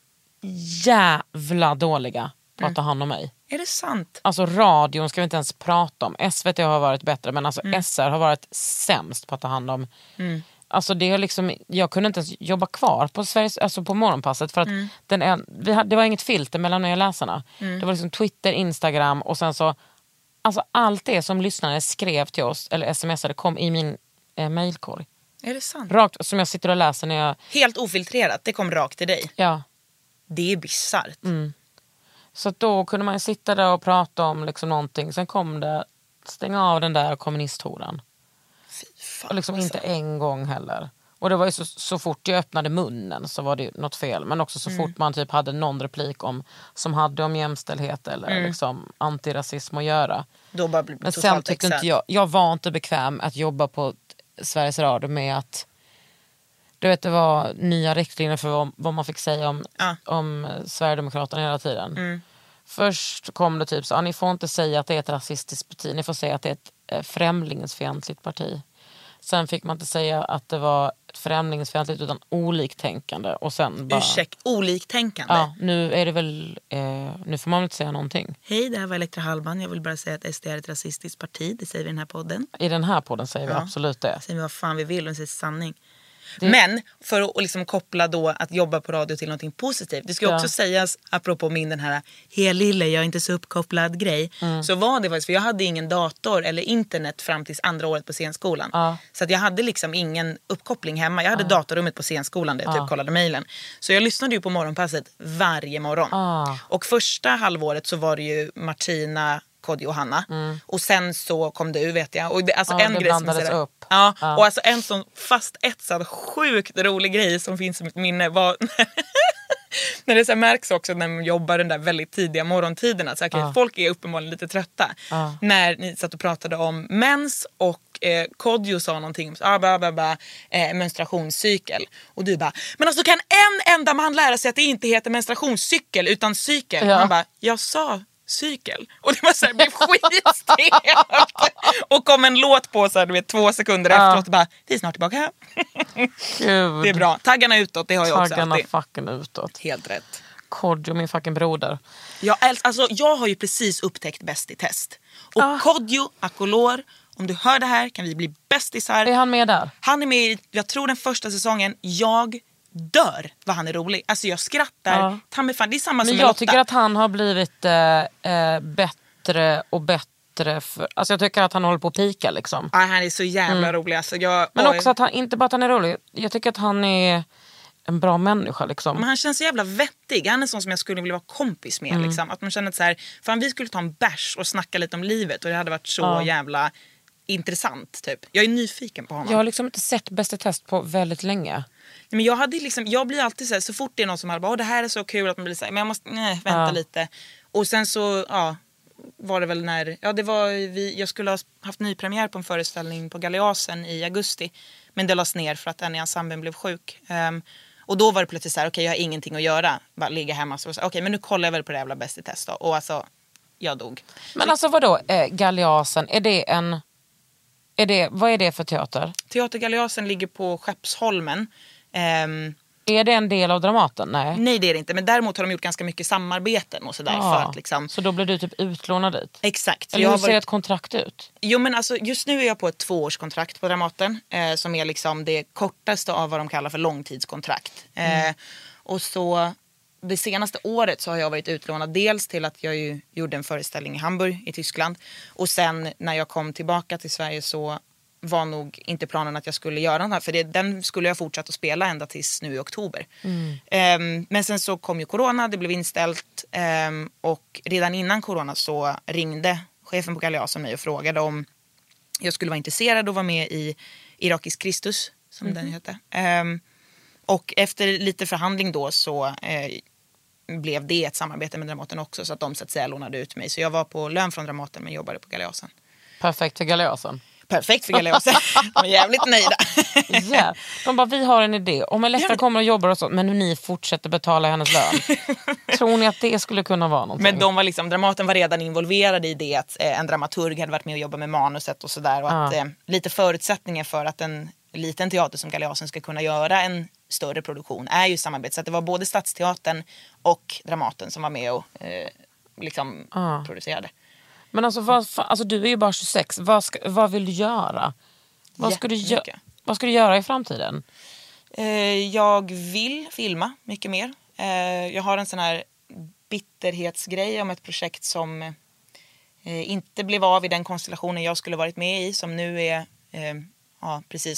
jävla dåliga på att ta hand om mig. Är det sant? Alltså radion ska vi inte ens prata om. SVT har varit bättre, men alltså SR har varit sämst på att ta hand om. Alltså det är liksom, jag kunde inte ens jobba kvar på Sveriges, alltså på morgonpasset, för att det var inget filter mellan nya läsarna. Det var liksom Twitter, Instagram och sen så, alltså allt det som lyssnare skrev till oss eller smsade kom i min mailkorg. Är det sant? Rakt, som jag sitter och läser när jag... Helt ofiltrerat, det kom rakt till dig. Ja. Det är bizarrt. Så då kunde man sitta där och prata om liksom någonting. Sen kom det, stänga av den där kommunisthoran. Fy fan, och liksom inte en gång heller. Och det var ju så fort jag öppnade munnen så var det något fel. Men också så fort man typ hade någon replik som hade om jämställdhet eller liksom antirasism att göra. Då bara blir men sen tyckte inte jag var inte bekväm att jobba på Sveriges Radio med att, du vet, det var nya riktlinjer för vad man fick säga om Sverigedemokraterna hela tiden. Först kom det typ så, ni får inte säga att det är ett rasistiskt parti, ni får säga att det är ett främlingsfientligt parti. Sen fick man inte säga att det var ett främlingsfientligt utan oliktänkande. Och sen bara... Ursäkt, oliktänkande? Ja, nu är det väl, nu får man väl inte säga någonting. Hej, det här var Elektra Hallman. Jag vill bara säga att SD är ett rasistiskt parti, det säger vi i den här podden. I den här podden säger vi absolut det. Säger vi vad fan vi vill och säger sanning. Men för att liksom koppla då att jobba på radio till någonting positivt. Det ska också sägas, apropå den här lille, jag är inte så uppkopplad grej. Så var det faktiskt, för jag hade ingen dator eller internet fram tills andra året på scenskolan. Så att jag hade liksom ingen uppkoppling hemma. Jag hade datorrummet på scenskolan där jag typ kollade mejlen. Så jag lyssnade ju på morgonpasset varje morgon. Och första halvåret så var det ju Martina Kodjo och Hanna. Och sen så kom du, vet jag. Och det, alltså en det grej som blandades sådär, upp. Ja, och alltså en sån fastetsad sjukt rolig grej som finns som ett minne var när det så här märks också när man jobbar den där väldigt tidiga morgontiderna. Så här, folk är uppenbarligen lite trötta. När ni satt och pratade om mens och Kodjo sa någonting om menstruationscykel. Och du bara, men alltså kan en enda man lära sig att det inte heter menstruationscykel utan cykel? Och han bara, jag sa cykel. Och det var så här, det blev skitstelt. Och kom en låt på så här, du vet, 2 sekunder efteråt och bara, vi är snart tillbaka. Gud. Det är bra. Taggarna utåt, det har jag också alltid. Fucking utåt. Helt rätt. Kodjo, min fucking broder. Jag har ju precis upptäckt Bäst i test. Och Kodjo Akolor, om du hör det här kan vi bli bästisar. Är han med där? Han är med i, jag tror den första säsongen. Jag dör vad han är rolig. Alltså jag skrattar. Det är samma men som jag Lotta. tycker att han har blivit bättre och bättre. Alltså jag tycker att han håller på att pika liksom. Ja, han är så jävla rolig. Alltså men också att han, inte bara att han är rolig. Jag tycker att han är en bra människa liksom. Men han känns så jävla vettig. Han är sån som jag skulle vilja vara kompis med liksom. Att man känner att så här, fan vi skulle ta en bärs och snacka lite om livet. Och det hade varit så jävla intressant typ. Jag är nyfiken på honom. Jag har liksom inte sett Bäst i test på väldigt länge. Men jag blir alltid så här, så fort det är någon som har det här är så kul att man blir så här, men jag måste vänta lite. Och sen så var det väl när jag skulle ha haft nypremiär på en föreställning på Galeasen i augusti, men det lades ner för att en i ensemblen blev sjuk. Och då var det plötsligt så här, okej, jag har ingenting att göra, bara ligga hemma så okej, men nu kollar jag väl på det jävla Bäst i test då. Och alltså jag dog. Men alltså vadå, Galeasen, vad är det för teater? Teater Galeasen ligger på Skeppsholmen. Är det en del av Dramaten? Nej, det är det inte. Men däremot har de gjort ganska mycket samarbeten och sådär. För att liksom... Så då blir du typ utlånad dit? Exakt. Eller hur ser ett kontrakt ut? Jo, men alltså, just nu är jag på ett 2-årskontrakt på Dramaten. Som är liksom det kortaste av vad de kallar för långtidskontrakt. Och så det senaste året så har jag varit utlånad dels till att jag ju gjorde en föreställning i Hamburg i Tyskland. Och sen när jag kom tillbaka till Sverige så var nog inte planen att jag skulle göra den här. För den skulle jag fortsätta att spela ända tills nu i oktober. Men sen så kom ju corona, det blev inställt. Och redan innan corona så ringde chefen på Galeasen mig och frågade om jag skulle vara intresserad och vara med i Irakisk Kristus, som den hette. Och efter lite förhandling då så blev det ett samarbete med Dramaten också. Så att de så att säga lånade ut mig. Så jag var på lön från Dramaten men jobbade på Galeasen. Perfekt för Galeasen. Perfekt för Galeasen. De är jävligt nöjda. Yeah. De bara, vi har en idé. Om Elektra kommer och jobbar och så, men ni fortsätter betala hennes lön. Tror ni att det skulle kunna vara någonting? Men de var liksom, Dramaten var redan involverade i det. Att en dramaturg hade varit med och jobbat med manuset och sådär. Och att lite förutsättningar för att en liten teater som Galeasen ska kunna göra en större produktion är ju samarbete. Så att det var både Stadsteatern och Dramaten som var med och producerade. Men alltså du är ju bara 26. Vad vill du göra? Vad ska du göra i framtiden? Jag vill filma mycket mer. Jag har en sån här bitterhetsgrej om ett projekt som inte blev av i den konstellationen jag skulle varit med i. Som nu är, precis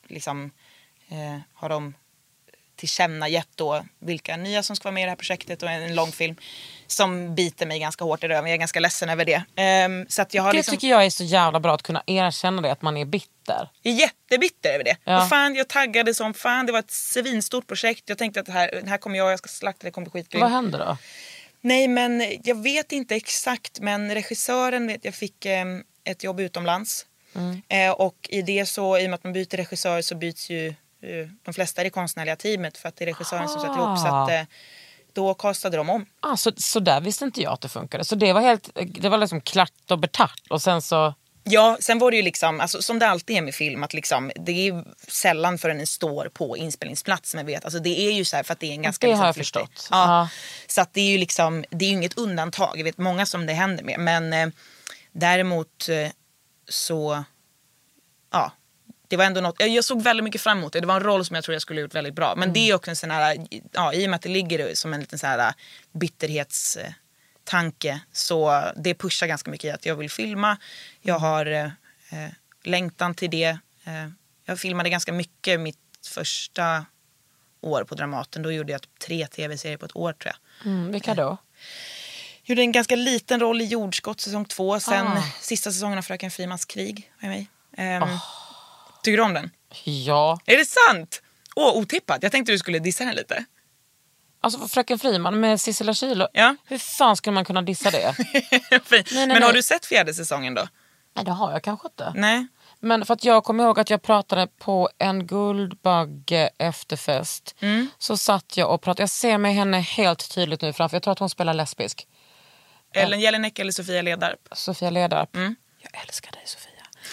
har de tillkännagett då vilka nya som ska vara med i det här projektet och en långfilm som biter mig ganska hårt i röven. Jag är ganska ledsen över det. Så att jag har tycker jag är så jävla bra att kunna erkänna det, att man är bitter. Jag är jättebitter över det. Ja. Och fan, jag taggade som fan. Det var ett svinstort projekt. Jag tänkte att det här kommer jag ska slakta, det kommer bli skitgrymt. Vad hände då? Nej, men jag vet inte exakt. Men regissören, jag fick ett jobb utomlands. Och i det så, i och med att man byter regissör så byts ju de flesta i det konstnärliga teamet för att det är regissören som sätter ihop, så att då kastade de om. Så där visste inte jag att det funkade. Så det var liksom klart och betart och sen så... Ja, sen var det ju liksom, alltså, som det alltid är med film, att liksom, det är sällan förrän den står på inspelningsplats, men vet, alltså det är ju så här för att det är en ganska... Det liksom, har jag förstått. Ja, så att det är ju liksom, det är ju inget undantag, jag vet många som det händer med, men däremot så, ja, det var ändå något, jag såg väldigt mycket fram emot det. Det var en roll som jag tror jag skulle gjort väldigt bra. Men det är också en sån här, i och med att det ligger som en liten sån här bitterhetstanke, så det pushar ganska mycket i att jag vill filma. Jag har längtan till det. Jag filmade ganska mycket mitt första år på Dramaten. Då gjorde jag 3 tv-serier på ett år, tror jag. Vilka då? Gjorde en ganska liten roll i Jordskott säsong 2. Sen sista säsongen av Fröken Frimans krig. Tycker du om den? Ja. Är det sant? Otippat. Jag tänkte du skulle dissa den lite. Alltså Fröken Friman med Sissela Kilo. Ja. Hur fan skulle man kunna dissa det? Men har du sett 4:e säsongen då? Nej, det har jag kanske inte. Nej. Men för att jag kommer ihåg att jag pratade på en Guldbagge efterfest. Så satt jag och pratade. Jag ser mig henne helt tydligt nu framför. Jag tror att hon spelar lesbisk. Ellen Jelinek eller Sofia Ledarp? Sofia Ledarp. Jag älskar dig, Sofia.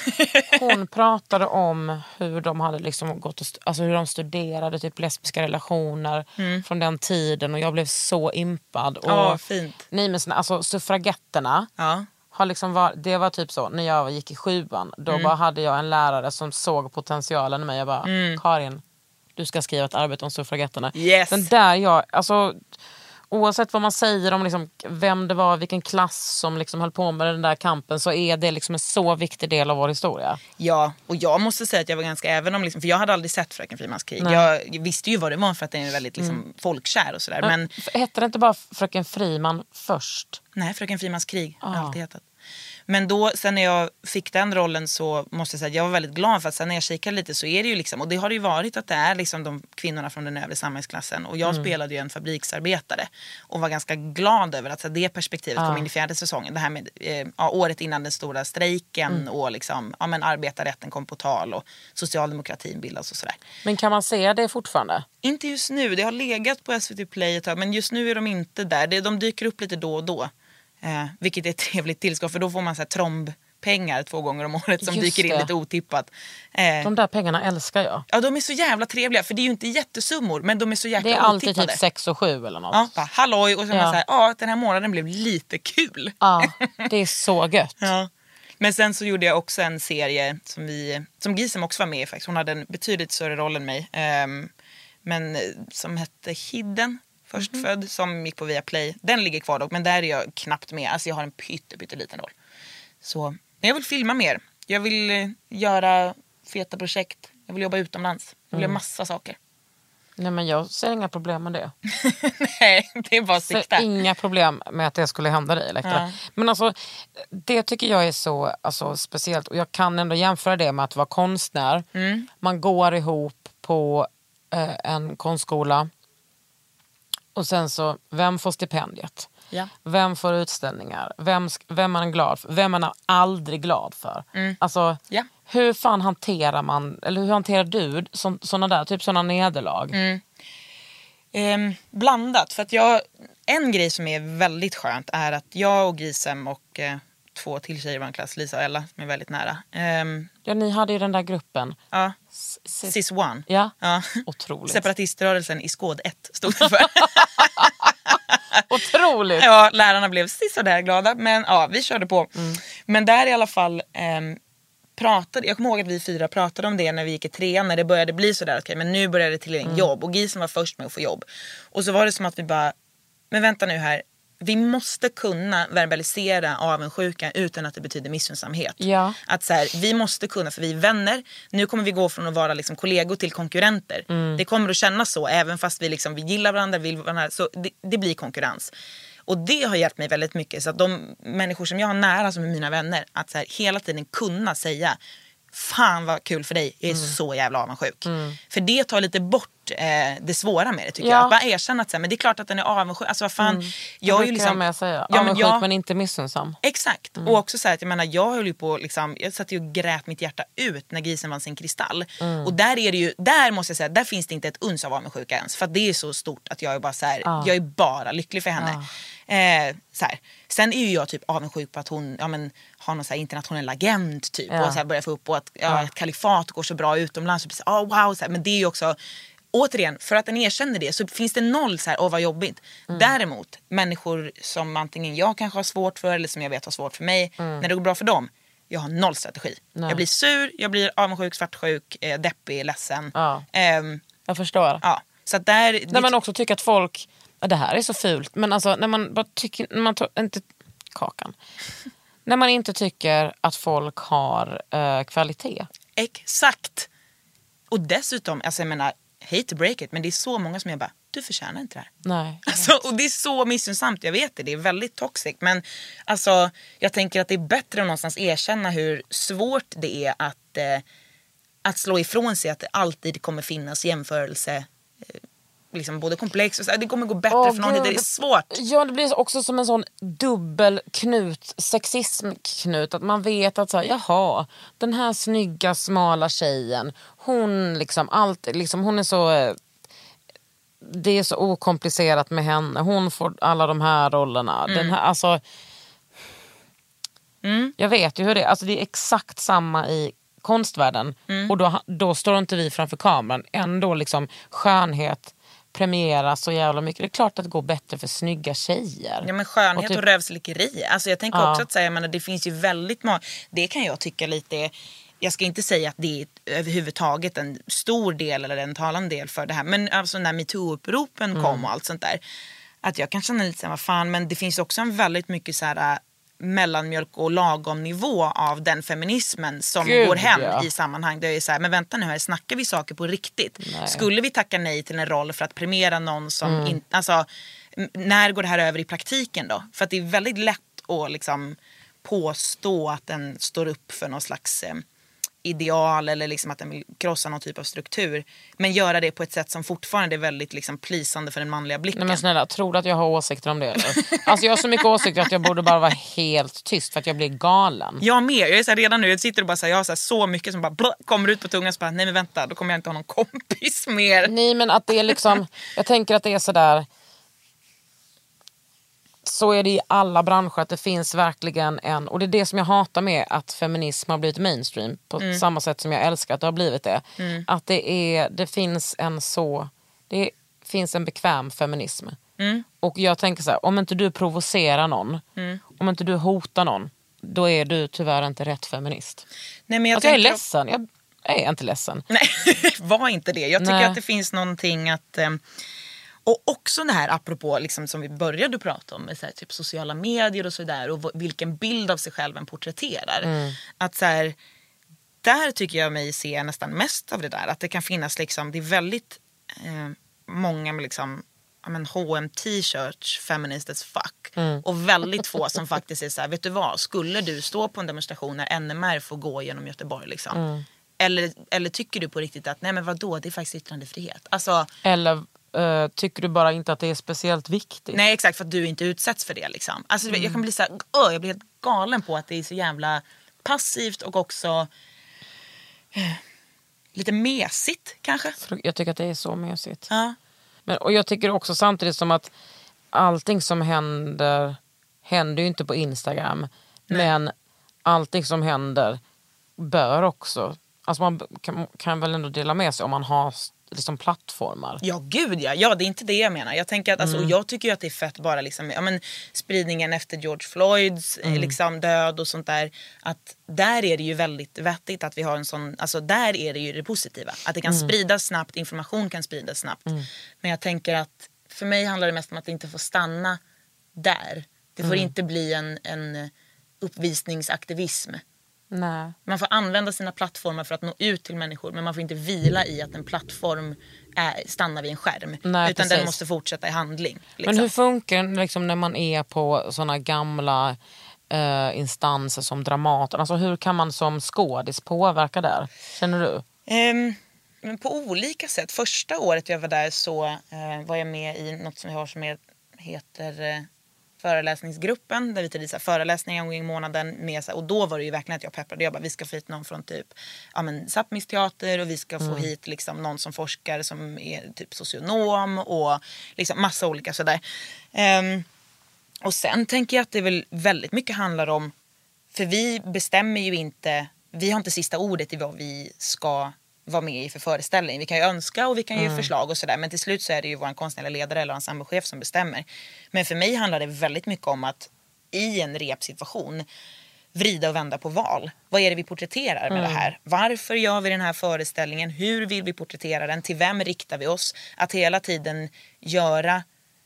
Hon pratade om hur de hade liksom gått och alltså hur de studerade typ lesbiska relationer från den tiden, och jag blev så impad. Och fint. Nej, men alltså suffragetterna har liksom det var typ så när jag gick i 7:an, då bara hade jag en lärare som såg potentialen i mig. Jag bara, Karin, du ska skriva ett arbete om suffragetterna. Yes. Den där alltså oavsett vad man säger om liksom vem det var, vilken klass som liksom höll på med den där kampen, så är det liksom en så viktig del av vår historia. Ja, och jag måste säga att jag var ganska, även om liksom, för jag hade aldrig sett Fröken Frimans krig. Nej. Jag visste ju vad det var för att den är väldigt liksom, folkkär och sådär. Men hette det inte bara Fröken Friman först? Nej, Fröken Frimans krig har alltid hetat. Men då, sen när jag fick den rollen, så måste jag säga att jag var väldigt glad, för att sen när jag kikade lite så är det ju liksom, och det har det ju varit att det är liksom de kvinnorna från den övre samhällsklassen, och jag spelade ju en fabriksarbetare och var ganska glad över att så det perspektivet kom in i 4:e säsongen, det här med året innan den stora strejken och liksom, men arbetarrätten kom på tal och socialdemokratin bildas och sådär. Men kan man se det fortfarande? Inte just nu, det har legat på SVT Play ett tag, men just nu är de inte där. De dyker upp lite då och då. Vilket är ett trevligt tillskott, för då får man så här trombpengar 2 gånger om året som dyker in lite otippat. De där pengarna älskar jag. Ja, de är så jävla trevliga, för det är ju inte jättesummor, men de är så jäkla otippade. Det är otippade. alltid typ 6 och 7 eller något. Ja, bara, halloj, och så man säger, den här månaden blev lite kul. Ja, det är så gött. Ja. Men sen så gjorde jag också en serie som Gisem också var med i faktiskt. Hon hade en betydligt större roll än mig. Men som hette Hidden. Förstfödd, som gick på Viaplay. Den ligger kvar dock, men där är jag knappt med. Alltså jag har en pytteliten roll. Så, men jag vill filma mer. Jag vill göra feta projekt. Jag vill jobba utomlands. Jag vill göra massa saker. Nej, men jag ser inga problem med det. Nej, det är bara att sikta. Inga problem med att det skulle hända dig, Elektra. Ja. Men alltså, det tycker jag är så speciellt. Och jag kan ändå jämföra det med att vara konstnär. Man går ihop på en konstskola. Och sen så, vem får stipendiet? Ja. Vem får utställningar? Vem är man glad för? Vem är man aldrig glad för? Alltså, hur fan hanterar man, eller hur hanterar du såna där, typ såna nederlag? Blandat, för att en grej som är väldigt skönt är att jag och Gisem och 2 till tjejer i vår klass, Lisa och Ella, som är väldigt nära. Ja, ni hade ju den där gruppen. Ja, Cis One. Ja, otroligt. Separatiströrelsen i Skåd 1 stod det för. Otroligt. Ja, lärarna blev sådär glada, men ja, vi körde på. Men där i alla fall jag kommer ihåg att vi 4 pratade om det när vi gick i 3:an, när det började bli sådär, okej, men nu började det till en jobb, och Gisen var först med att få jobb. Och så var det som att vi bara, men vänta nu här, vi måste kunna verbalisera avundsjuka utan att det betyder missunnsamhet. Ja. Att så här, vi måste kunna, för vi är vänner. Nu kommer vi gå från att vara liksom kollegor till konkurrenter. Det kommer att kännas så, även fast vi gillar varandra, vill varandra, så det blir konkurrens. Och det har hjälpt mig väldigt mycket. Så att de människor som jag har nära, som är mina vänner, att så här, hela tiden kunna säga, fan vad kul för dig, jag är så jävla avundsjuk. För det tar lite bort det svåra med det, tycker jag. Att bara erkänna att så här, men det är klart att den är avundsjuk. Alltså vad fan, jag är ju liksom, med säga. Avundsjuk men inte missunnsam. Exakt. Och också så här, att jag menar, jag höll ju på liksom, jag satt ju och grät mitt hjärta ut när Grisen vann sin kristall. Och där är det ju, där måste jag säga, där finns det inte ett uns av avundsjuka ens, för att det är så stort att jag är bara så här, jag är bara lycklig för henne. Så här. Sen är ju jag typ avundsjuk på att hon har någon så här internationell agent typ, och så här börjar få upp, och att kalifat går så bra utomlands, och så här, wow, så här. Men det är ju också, återigen, för att den erkänner det, så finns det noll så här, vad jobbigt. Däremot, människor som antingen jag kanske har svårt för, eller som jag vet har svårt för mig, när det går bra för dem, jag har noll strategi. Jag blir sur, jag blir avundsjuk, svartsjuk, deppig, ledsen. Jag förstår. Ja. Så att där, när man också tycker att folk, det här är så fult, men alltså när man bara tycker, när man inte kakan. När man inte tycker att folk har kvalitet. Exakt. Och dessutom, alltså jag menar, hate to break it, men det är så många som jag bara, du förtjänar inte det här. Nej. Alltså, och det är så missunnsamt, jag vet det är väldigt toxic. Men alltså, jag tänker att det är bättre att någonstans erkänna hur svårt det är att slå ifrån sig att det alltid kommer finnas jämförelse. Liksom både komplex och så, det kommer gå bättre för någon, det är svårt. Ja, det blir också som en sån dubbel knut, sexismknut, att man vet att så här, jaha, den här snygga smala tjejen, hon liksom allt liksom, hon är så, det är så okomplicerat med henne, hon får alla de här rollerna. Den här, alltså jag vet ju hur det är, alltså det är exakt samma i konstvärlden och då står inte vi framför kameran, ändå liksom skönhet premieras så jävla mycket. Det är klart att det går bättre för snygga tjejer. Ja, men skönhet och, typ, rövslickeri. Alltså jag tänker också att säga, jag menar, det finns ju väldigt många, det kan jag tycka lite, jag ska inte säga att det är överhuvudtaget en stor del eller en talande del för det här, men alltså när MeToo-uppropen kom och allt sånt där, att jag kan känna lite så här, vad fan, men det finns också en väldigt mycket så här mellanmjölk och lagom nivå av den feminismen som går hem i sammanhang där jag är så här, men vänta nu här, snackar vi saker på riktigt? Nej. Skulle vi tacka nej till en roll för att premiera någon som inte, alltså när går det här över i praktiken då? För att det är väldigt lätt att liksom påstå att den står upp för någon slags ideal eller liksom att den vill krossa någon typ av struktur, men göra det på ett sätt som fortfarande är väldigt liksom plisande för den manliga blicken. Nej men snälla, tror du att jag har åsikter om det? Alltså jag har så mycket åsikter att jag borde bara vara helt tyst för att jag blir galen. Jag med, jag är så här, redan nu, jag sitter och bara så här, jag har så mycket som bara kommer ut på tungan, så bara, nej men vänta, då kommer jag inte ha någon kompis mer. Nej men att det är liksom, jag tänker att det är sådär, så är det i alla branscher, att det finns verkligen en, och det är det som jag hatar med att feminism har blivit mainstream på samma sätt som jag älskar att det har blivit det. Att det finns en bekväm feminism. Och jag tänker så här, om inte du provocerar någon, om inte du hotar någon, då är du tyvärr inte rätt feminist. Nej, men jag är ledsen, jag är inte ledsen. Nej, var inte det. Jag tycker att det finns någonting att och också det här apropå liksom, som vi började prata om med så här, typ sociala medier och sådär, och vilken bild av sig själv en porträtterar. Att så här, där tycker jag mig se nästan mest av det där, att det kan finnas liksom, det är väldigt många med liksom, H&M t-shirts, feminist as fuck, och väldigt få som faktiskt är så här, vet du vad, skulle du stå på en demonstration när NMR får gå genom Göteborg liksom, eller tycker du på riktigt att nej men vadå, det är faktiskt yttrandefrihet, alltså, eller tycker du bara inte att det är speciellt viktigt? Nej, exakt, för att du inte utsätts för det liksom. Alltså jag kan bli så här, jag blir helt galen på att det är så jävla passivt och också lite mesigt kanske. Jag tycker att det är så mesigt. Ja. Men, och jag tycker också samtidigt som att allting som händer ju inte på Instagram. Nej. Men allting som händer bör också, alltså man kan väl ändå dela med sig om man har liksom plattformar. Ja, gud ja. Ja, det är inte det jag menar. Jag tänker att, alltså, jag tycker ju att det är fett bara liksom, ja, men, spridningen efter George Floyds liksom, död och sånt där. Att där är det ju väldigt vettigt att vi har en sån, alltså där är det ju det positiva. Att det kan spridas snabbt, information kan spridas snabbt. Men jag tänker att för mig handlar det mest om att det inte får stanna där. Det får inte bli en uppvisningsaktivism. Nej. Man får använda sina plattformar för att nå ut till människor, men man får inte vila i att en plattform stannar vid en skärm. Nej, utan precis. Den måste fortsätta i handling. Liksom. Men hur funkar det liksom, när man är på såna gamla instanser som Dramaten? Alltså, hur kan man som skådis påverka där? Känner du? Men på olika sätt. Första året jag var där så var jag med i något som vi har som heter föreläsningsgruppen, där vi tog föreläsningar en gång i månaden med, och då var det ju verkligen att jag peppade. Jag bara, vi ska få hit någon från typ Sápmis teater, och vi ska få hit liksom någon som forskar som är typ socionom och liksom massa olika sådär. Och sen tänker jag att det väl väldigt mycket handlar om, för vi bestämmer ju inte, vi har inte sista ordet i vad vi ska vara med i för föreställning. Vi kan ju önska och vi kan ge förslag och sådär, men till slut så är det ju vår konstnärliga ledare eller ensemblechef som bestämmer. Men för mig handlar det väldigt mycket om att i en repsituation vrida och vända på val. Vad är det vi porträtterar med det här? Varför gör vi den här föreställningen? Hur vill vi porträttera den? Till vem riktar vi oss? Att hela tiden göra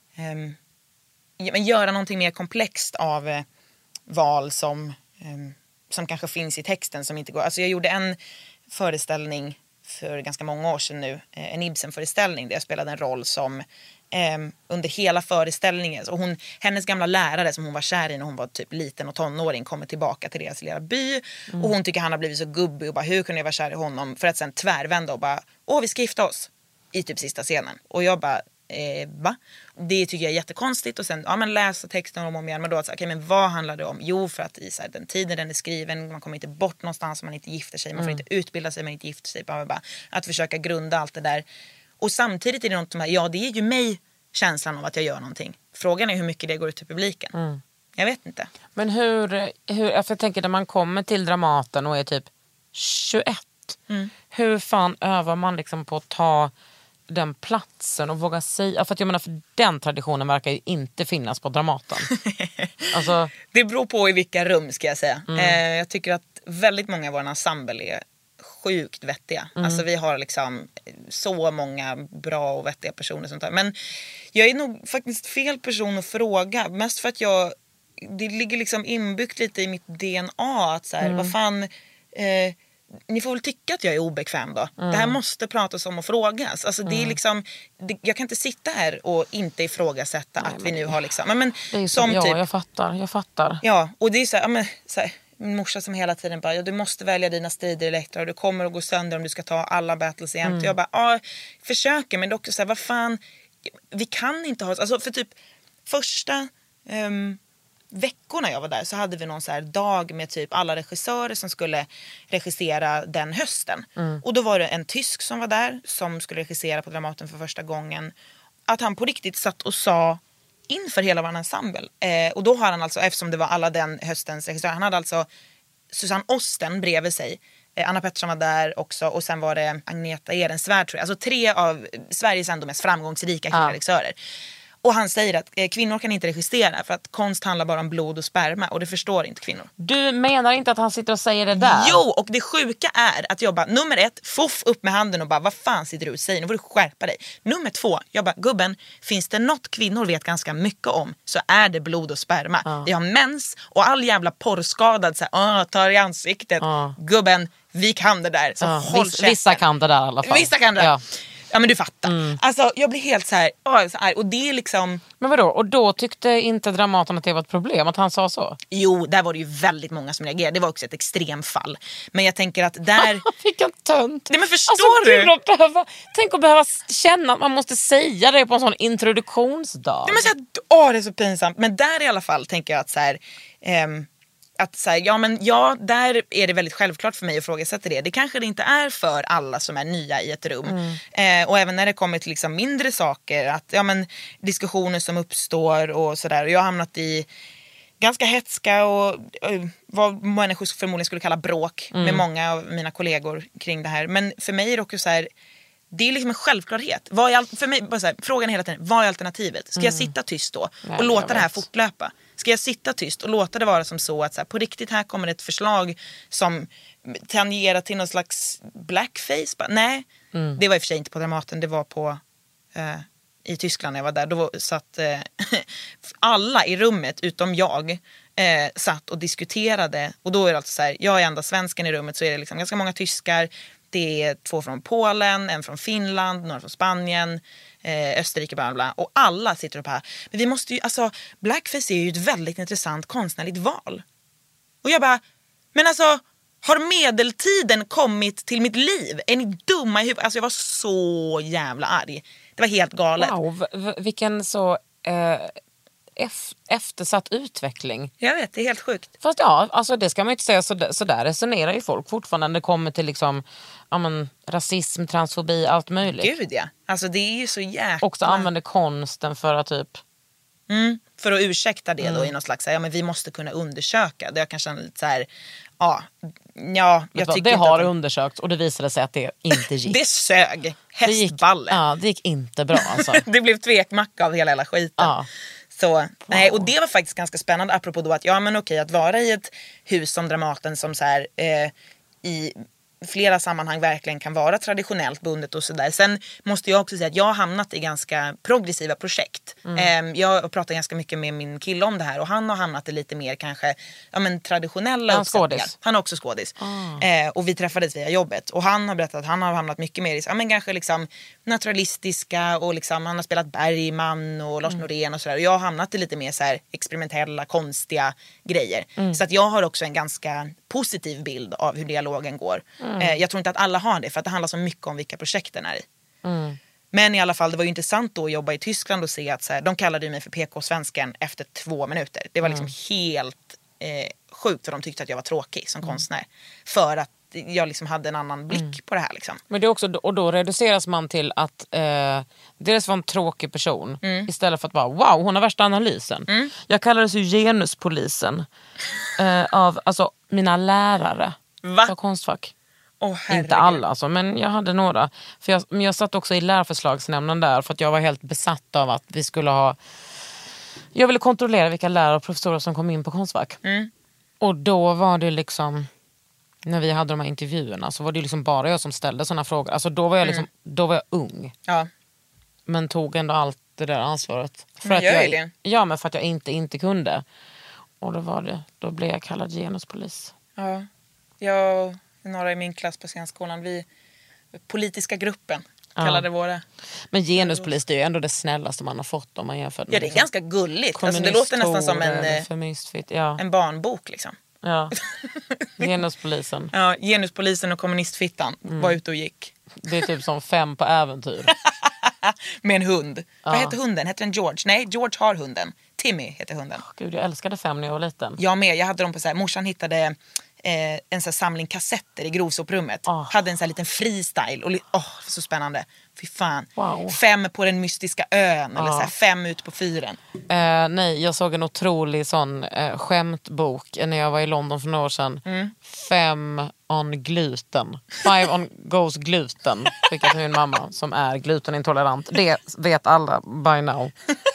någonting mer komplext av val som kanske finns i texten som inte går. Alltså jag gjorde en föreställning för ganska många år sedan nu, en Ibsen-föreställning där jag spelade en roll som under hela föreställningen. Och hennes gamla lärare som hon var kär i när hon var typ liten och tonåring kommer tillbaka till deras lilla by. Och hon tycker han har blivit så gubbig och bara, hur kunde jag vara kär i honom? För att sen tvärvända och bara, vi ska gifta oss i typ sista scenen. Och jag bara, va? Det tycker jag är jättekonstigt. Och sen läsa texten om och igen. Men då okej, men vad handlar det om? Jo, för att i så här, den tiden den är skriven, man kommer inte bort någonstans om man inte gifter sig. Man får inte utbilda sig om man inte gifter sig. Bara att försöka grunda allt det där. Och samtidigt är det något som här, det är ju mig känslan av att jag gör någonting. Frågan är hur mycket det går ut till publiken. Jag vet inte. Men hur jag tänker när man kommer till Dramaten och är typ 21. Hur fan övar man liksom på att ta den platsen och våga säga, för att jag menar, för den traditionen verkar ju inte finnas på Dramaten. Alltså... Det beror på i vilka rum, ska jag säga. Jag tycker att väldigt många av våra ensemble är sjukt vettiga. Alltså vi har liksom så många bra och vettiga personer som tar. Men jag är nog faktiskt fel person att fråga. Mest för att det ligger liksom inbyggt lite i mitt DNA att så här, vad fan... ni får väl tycka att jag är obekväm då. Det här måste pratas om och frågas. Alltså det är liksom, jag kan inte sitta här och inte ifrågasätta att vi nu har liksom... Men det är som typ, jag fattar. Ja, och det är så här, min morsa som hela tiden bara, du måste välja dina strider, Elektra, och du kommer att gå sönder om du ska ta alla battles igen. Jag bara, försöker, men det är också så här, vad fan, vi kan inte ha... Alltså för typ första... veckorna jag var där så hade vi någon så här dag med typ alla regissörer som skulle regissera den hösten. Och då var det en tysk som var där som skulle regissera på Dramaten för första gången. Att han på riktigt satt och sa inför hela vår ensemble. Och då har han alltså, eftersom det var alla den höstens regissörer, han hade alltså Susanne Osten bredvid sig. Anna Pettersson var där också. Och sen var det Agneta Ehrensvärd, tror jag. Alltså 3 av Sveriges ändå mest framgångsrika regissörer. Och han säger att kvinnor kan inte regissera för att konst handlar bara om blod och sperma. Och det förstår inte kvinnor. Du menar inte att han sitter och säger det där? Jo, och det sjuka är att jag bara, nummer 1, fuff upp med handen och bara, vad fan sitter du och säger? Nu får du skärpa dig. Nummer 2, jag bara, gubben, finns det något kvinnor vet ganska mycket om så är det blod och sperma. Vi har mens och all jävla porrskadad så här, tar i ansiktet. Gubben, vi kan det där. Så håll käften. Vissa kan det där i alla fall. Vissa kan det. Ja. Ja, men du fattar. Alltså jag blir helt så här, och det är liksom... Men vadå? Och då tyckte inte Dramaten att det var ett problem att han sa så? Jo, där var det ju väldigt många som reagerade. Det var också ett extremfall. Men jag tänker att där... Vilken tönt! Nej, men förstår du? Tänk att behöva känna att man måste säga det på en sån introduktionsdag. Nej, men så här, det är så pinsamt. Men där i alla fall tänker jag att så här... att så här, där är det väldigt självklart för mig att ifrågasätta det. Det kanske det inte är för alla som är nya i ett rum. Och även när det kommer till liksom mindre saker, att diskussioner som uppstår och sådär. Och jag har hamnat i ganska hetska och vad människor förmodligen skulle kalla bråk med många av mina kollegor kring det här. Men för mig är det också så här, det är liksom en självklarhet. För mig, bara så här, frågan är hela tiden, vad är alternativet? Ska jag sitta tyst då och låta det här fortlöpa? Ska jag sitta tyst och låta det vara som så att så här, på riktigt här kommer ett förslag som tangerar till någon slags blackface? Nej, det var i och för sig inte på Dramaten, det var på i Tyskland när jag var där. Då satt alla i rummet utom jag satt och diskuterade. Och då är det alltså så här, jag är enda svensken i rummet, så är det liksom ganska många tyskar. Det är 2 från Polen, en från Finland, några från Spanien, Österrike, bla bla. Och alla sitter upp här. Men vi måste ju, alltså, blackface är ju ett väldigt intressant konstnärligt val. Och jag bara, men alltså, har medeltiden kommit till mitt liv? Är ni dumma i huvudet? Alltså jag var så jävla arg. Det var helt galet. Wow, vilken så eftersatt utveckling. Jag vet, det är helt sjukt. Fast ja, alltså det ska man ju inte säga, så där resonerar ju folk fortfarande när det kommer till liksom, rasism, transfobi, allt möjligt. Gud ja, alltså det är ju så jäkla... Också använder konsten för att typ... för att ursäkta det då i någon slags, men vi måste kunna undersöka. Det jag kan känna lite så här, jag tycker det har undersökt och det visade sig att det inte gick. Det sög, hästballe. Det gick inte bra alltså. Det blev tvekmacka av hela skiten. Ja. Så, nej, och det var faktiskt ganska spännande apropå då att, okej, att vara i ett hus som Dramaten som så här, flera sammanhang verkligen kan vara traditionellt bundet och sådär. Sen måste jag också säga att jag har hamnat i ganska progressiva projekt. Jag pratar ganska mycket med min kille om det här och han har hamnat i lite mer kanske traditionella uppsättningar. Han är också skådis. Och vi träffades via jobbet och han har berättat att han har hamnat mycket mer i kanske liksom naturalistiska och liksom, han har spelat Bergman och Lars Norén och sådär. Och jag har hamnat i lite mer så här experimentella, konstiga grejer. Så att jag har också en ganska positiv bild av hur dialogen går. Jag tror inte att alla har det för att det handlar så mycket om vilka projekten är i. Men i alla fall, det var ju intressant då att jobba i Tyskland och se att så här, de kallade mig för PK-svensken efter 2 minuter. Det var liksom helt sjukt för de tyckte att jag var tråkig som konstnär. För att jag liksom hade en annan blick på det här liksom. Men det är också, och då reduceras man till att dels vara en tråkig person istället för att bara wow, hon har värsta analysen. Jag kallades ju genuspolisen av alltså mina lärare på Konstfack. Inte alla alltså, men jag hade några. För jag satt också i lärarförslagsnämnden där för att jag var helt besatt av att vi skulle ha... Jag ville kontrollera vilka lärare och professorer som kom in på Konstfack. Och då var det liksom... När vi hade de här intervjuerna så var det liksom bara jag som ställde såna frågor. Alltså då var jag liksom, då var jag ung. Ja. Men tog ändå allt det där ansvaret. För att jag, ja, men för att jag inte kunde. Och då blev jag kallad genuspolis. Ja. Jag och några i min klass på scenskolan, vi politiska gruppen kallade våra. Men genuspolis, det är ju ändå det snällaste man har fått om man jämför med. Ja, det är ganska gulligt. Alltså, det låter nästan som en barnbok liksom. Ja, genuspolisen. Ja, genuspolisen och kommunistfittan var ute och gick. Det är typ som 5 på äventyr. Med en hund. Vad heter hunden? Heter den George? Nej, George har hunden. Timmy heter hunden. Gud, jag älskade 5 när jag var liten. Jag med, jag hade dem på så här, morsan hittade en så här samling kassetter i grovsoprummet. Hade en så här liten freestyle och så spännande. Fy fan. Wow. 5 på den mystiska ön eller så här, 5 ut på fyren. Nej, jag såg en otrolig sån skämtbok när jag var i London för några år sedan. 5 on gluten. 5 on goes gluten. Fick jag till min mamma som är glutenintolerant. Det vet alla by now.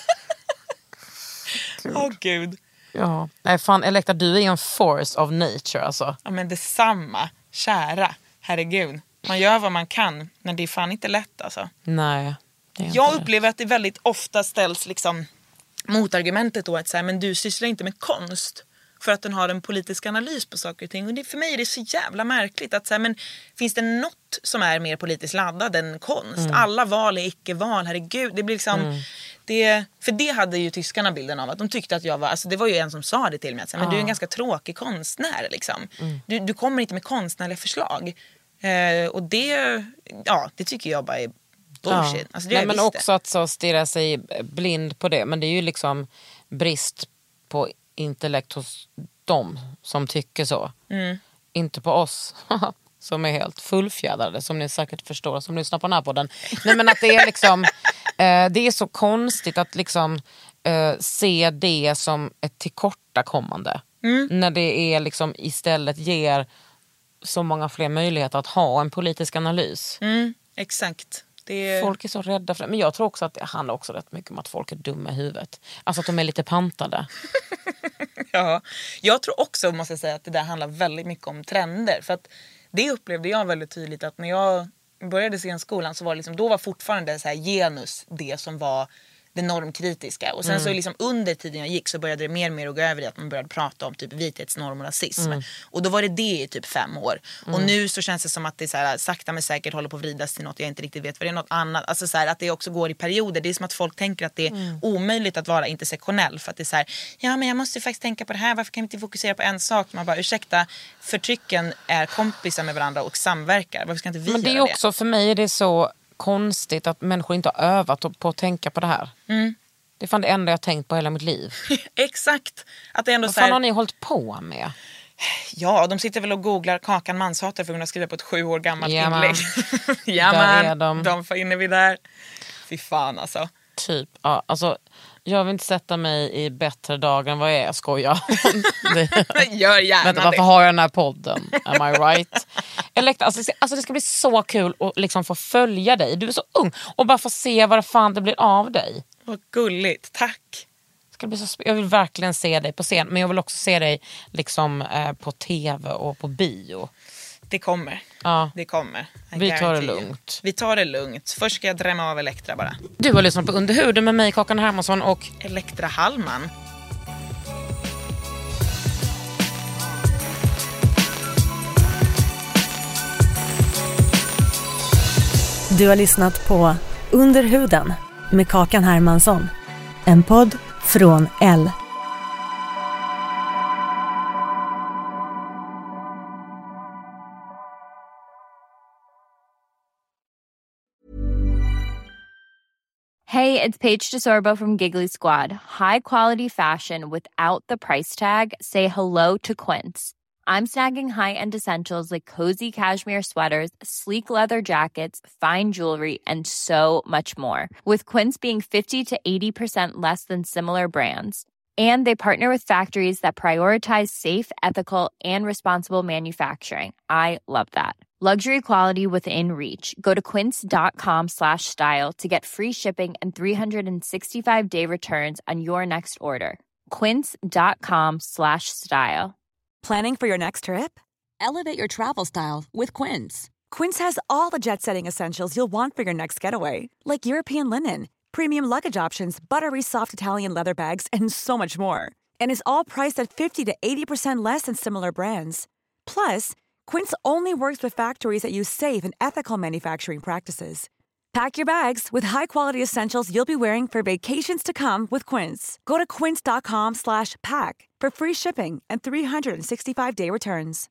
Gud. Ja, nej fan Elektra, du är en force of nature alltså. Ja men detsamma, kära, herregud. Man gör vad man kan, men det är fan inte lätt alltså. Nej. Jag upplever att det väldigt ofta ställs liksom motargumentet då att säga, men du sysslar inte med konst för att den har en politisk analys på saker och ting. Och för mig är det så jävla märkligt att säga, men finns det något som är mer politiskt laddad än konst? Alla val är icke-val, herregud. Det blir liksom... För det hade ju tyskarna bilden av att de tyckte att jag var, alltså det var ju en som sa det till mig att men du är en ganska tråkig konstnär liksom. Du kommer inte med konstnärliga förslag. Och det tycker jag bara är bullshit. Alltså, det men också att så stirra sig blind på det, men det är ju liksom brist på intellekt hos dem som tycker så. Inte på oss som är helt fullfjädrade, som ni säkert förstår som lyssnar på den här podden. Nej, men att det är liksom det är så konstigt att liksom se det som ett tillkortakommande. När det är liksom istället ger så många fler möjligheter att ha en politisk analys. Exakt. Folk är så rädda för det. Men jag tror också att det handlar också rätt mycket om att folk är dumma i huvudet. Alltså att de är lite pantade. Ja, jag tror också, måste jag säga, att det där handlar väldigt mycket om trender. För att det upplevde jag väldigt tydligt att när jag började scenskolan så var det liksom, då var fortfarande så här genus det som var det normkritiska. Och sen så liksom under tiden jag gick så började det mer och mer att gå över i att man började prata om typ vithetsnorm och rasism. Och då var det i typ 5 år. Och nu så känns det som att det så här, sakta men säkert håller på att vridas till något jag inte riktigt vet vad det är, något annat. Alltså så här, att det också går i perioder. Det är som att folk tänker att det är omöjligt att vara intersektionell. För att det är så här, ja men jag måste faktiskt tänka på det här. Varför kan vi inte fokusera på en sak? Man bara, ursäkta, förtrycken är kompisar med varandra och samverkar. Varför ska inte vi göra det? Men det är också, för mig är det så konstigt att människor inte har övat på att tänka på det här. Det är fan det enda jag har tänkt på hela mitt liv. Exakt. Att det ändå vad fan har ni hållit på med? Ja, de sitter väl och googlar Kakan manshatar för att skriva på ett 7 år gammalt inlägg. De får inne vi där. Fy fan alltså. Typ, ja, alltså jag vill inte sätta mig i bättre dagar än vad jag är, skojar. Gör gärna vänta, varför har jag den här podden? Am I right? Elektra, alltså det ska bli så kul att liksom få följa dig. Du är så ung och bara få se vad fan det blir av dig. Vad gulligt, tack. Jag vill verkligen se dig på scen, men jag vill också se dig liksom på tv och på bio. Det kommer. Ja. Det kommer. Vi tar det lugnt. Vi tar det lugnt. Först ska jag drämma av Elektra bara. Du har lyssnat på Under huden med mig, Kakan Hermansson och Elektra Hallman. Du har lyssnat på Under huden med Kakan Hermansson. En podd från L. Hey, it's Paige DeSorbo from Giggly Squad. High quality fashion without the price tag. Say hello to Quince. I'm snagging high-end essentials like cozy cashmere sweaters, sleek leather jackets, fine jewelry, and so much more. With Quince being 50 to 80% less than similar brands. And they partner with factories that prioritize safe, ethical, and responsible manufacturing. I love that. Luxury quality within reach. Go to quince.com/style to get free shipping and 365-day returns on your next order. Quince.com/style. Planning for your next trip? Elevate your travel style with Quince. Quince has all the jet-setting essentials you'll want for your next getaway, like European linen, premium luggage options, buttery soft Italian leather bags, and so much more. And is all priced at 50 to 80% less than similar brands. Plus, Quince only works with factories that use safe and ethical manufacturing practices. Pack your bags with high-quality essentials you'll be wearing for vacations to come with Quince. Go to quince.com/pack for free shipping and 365-day returns.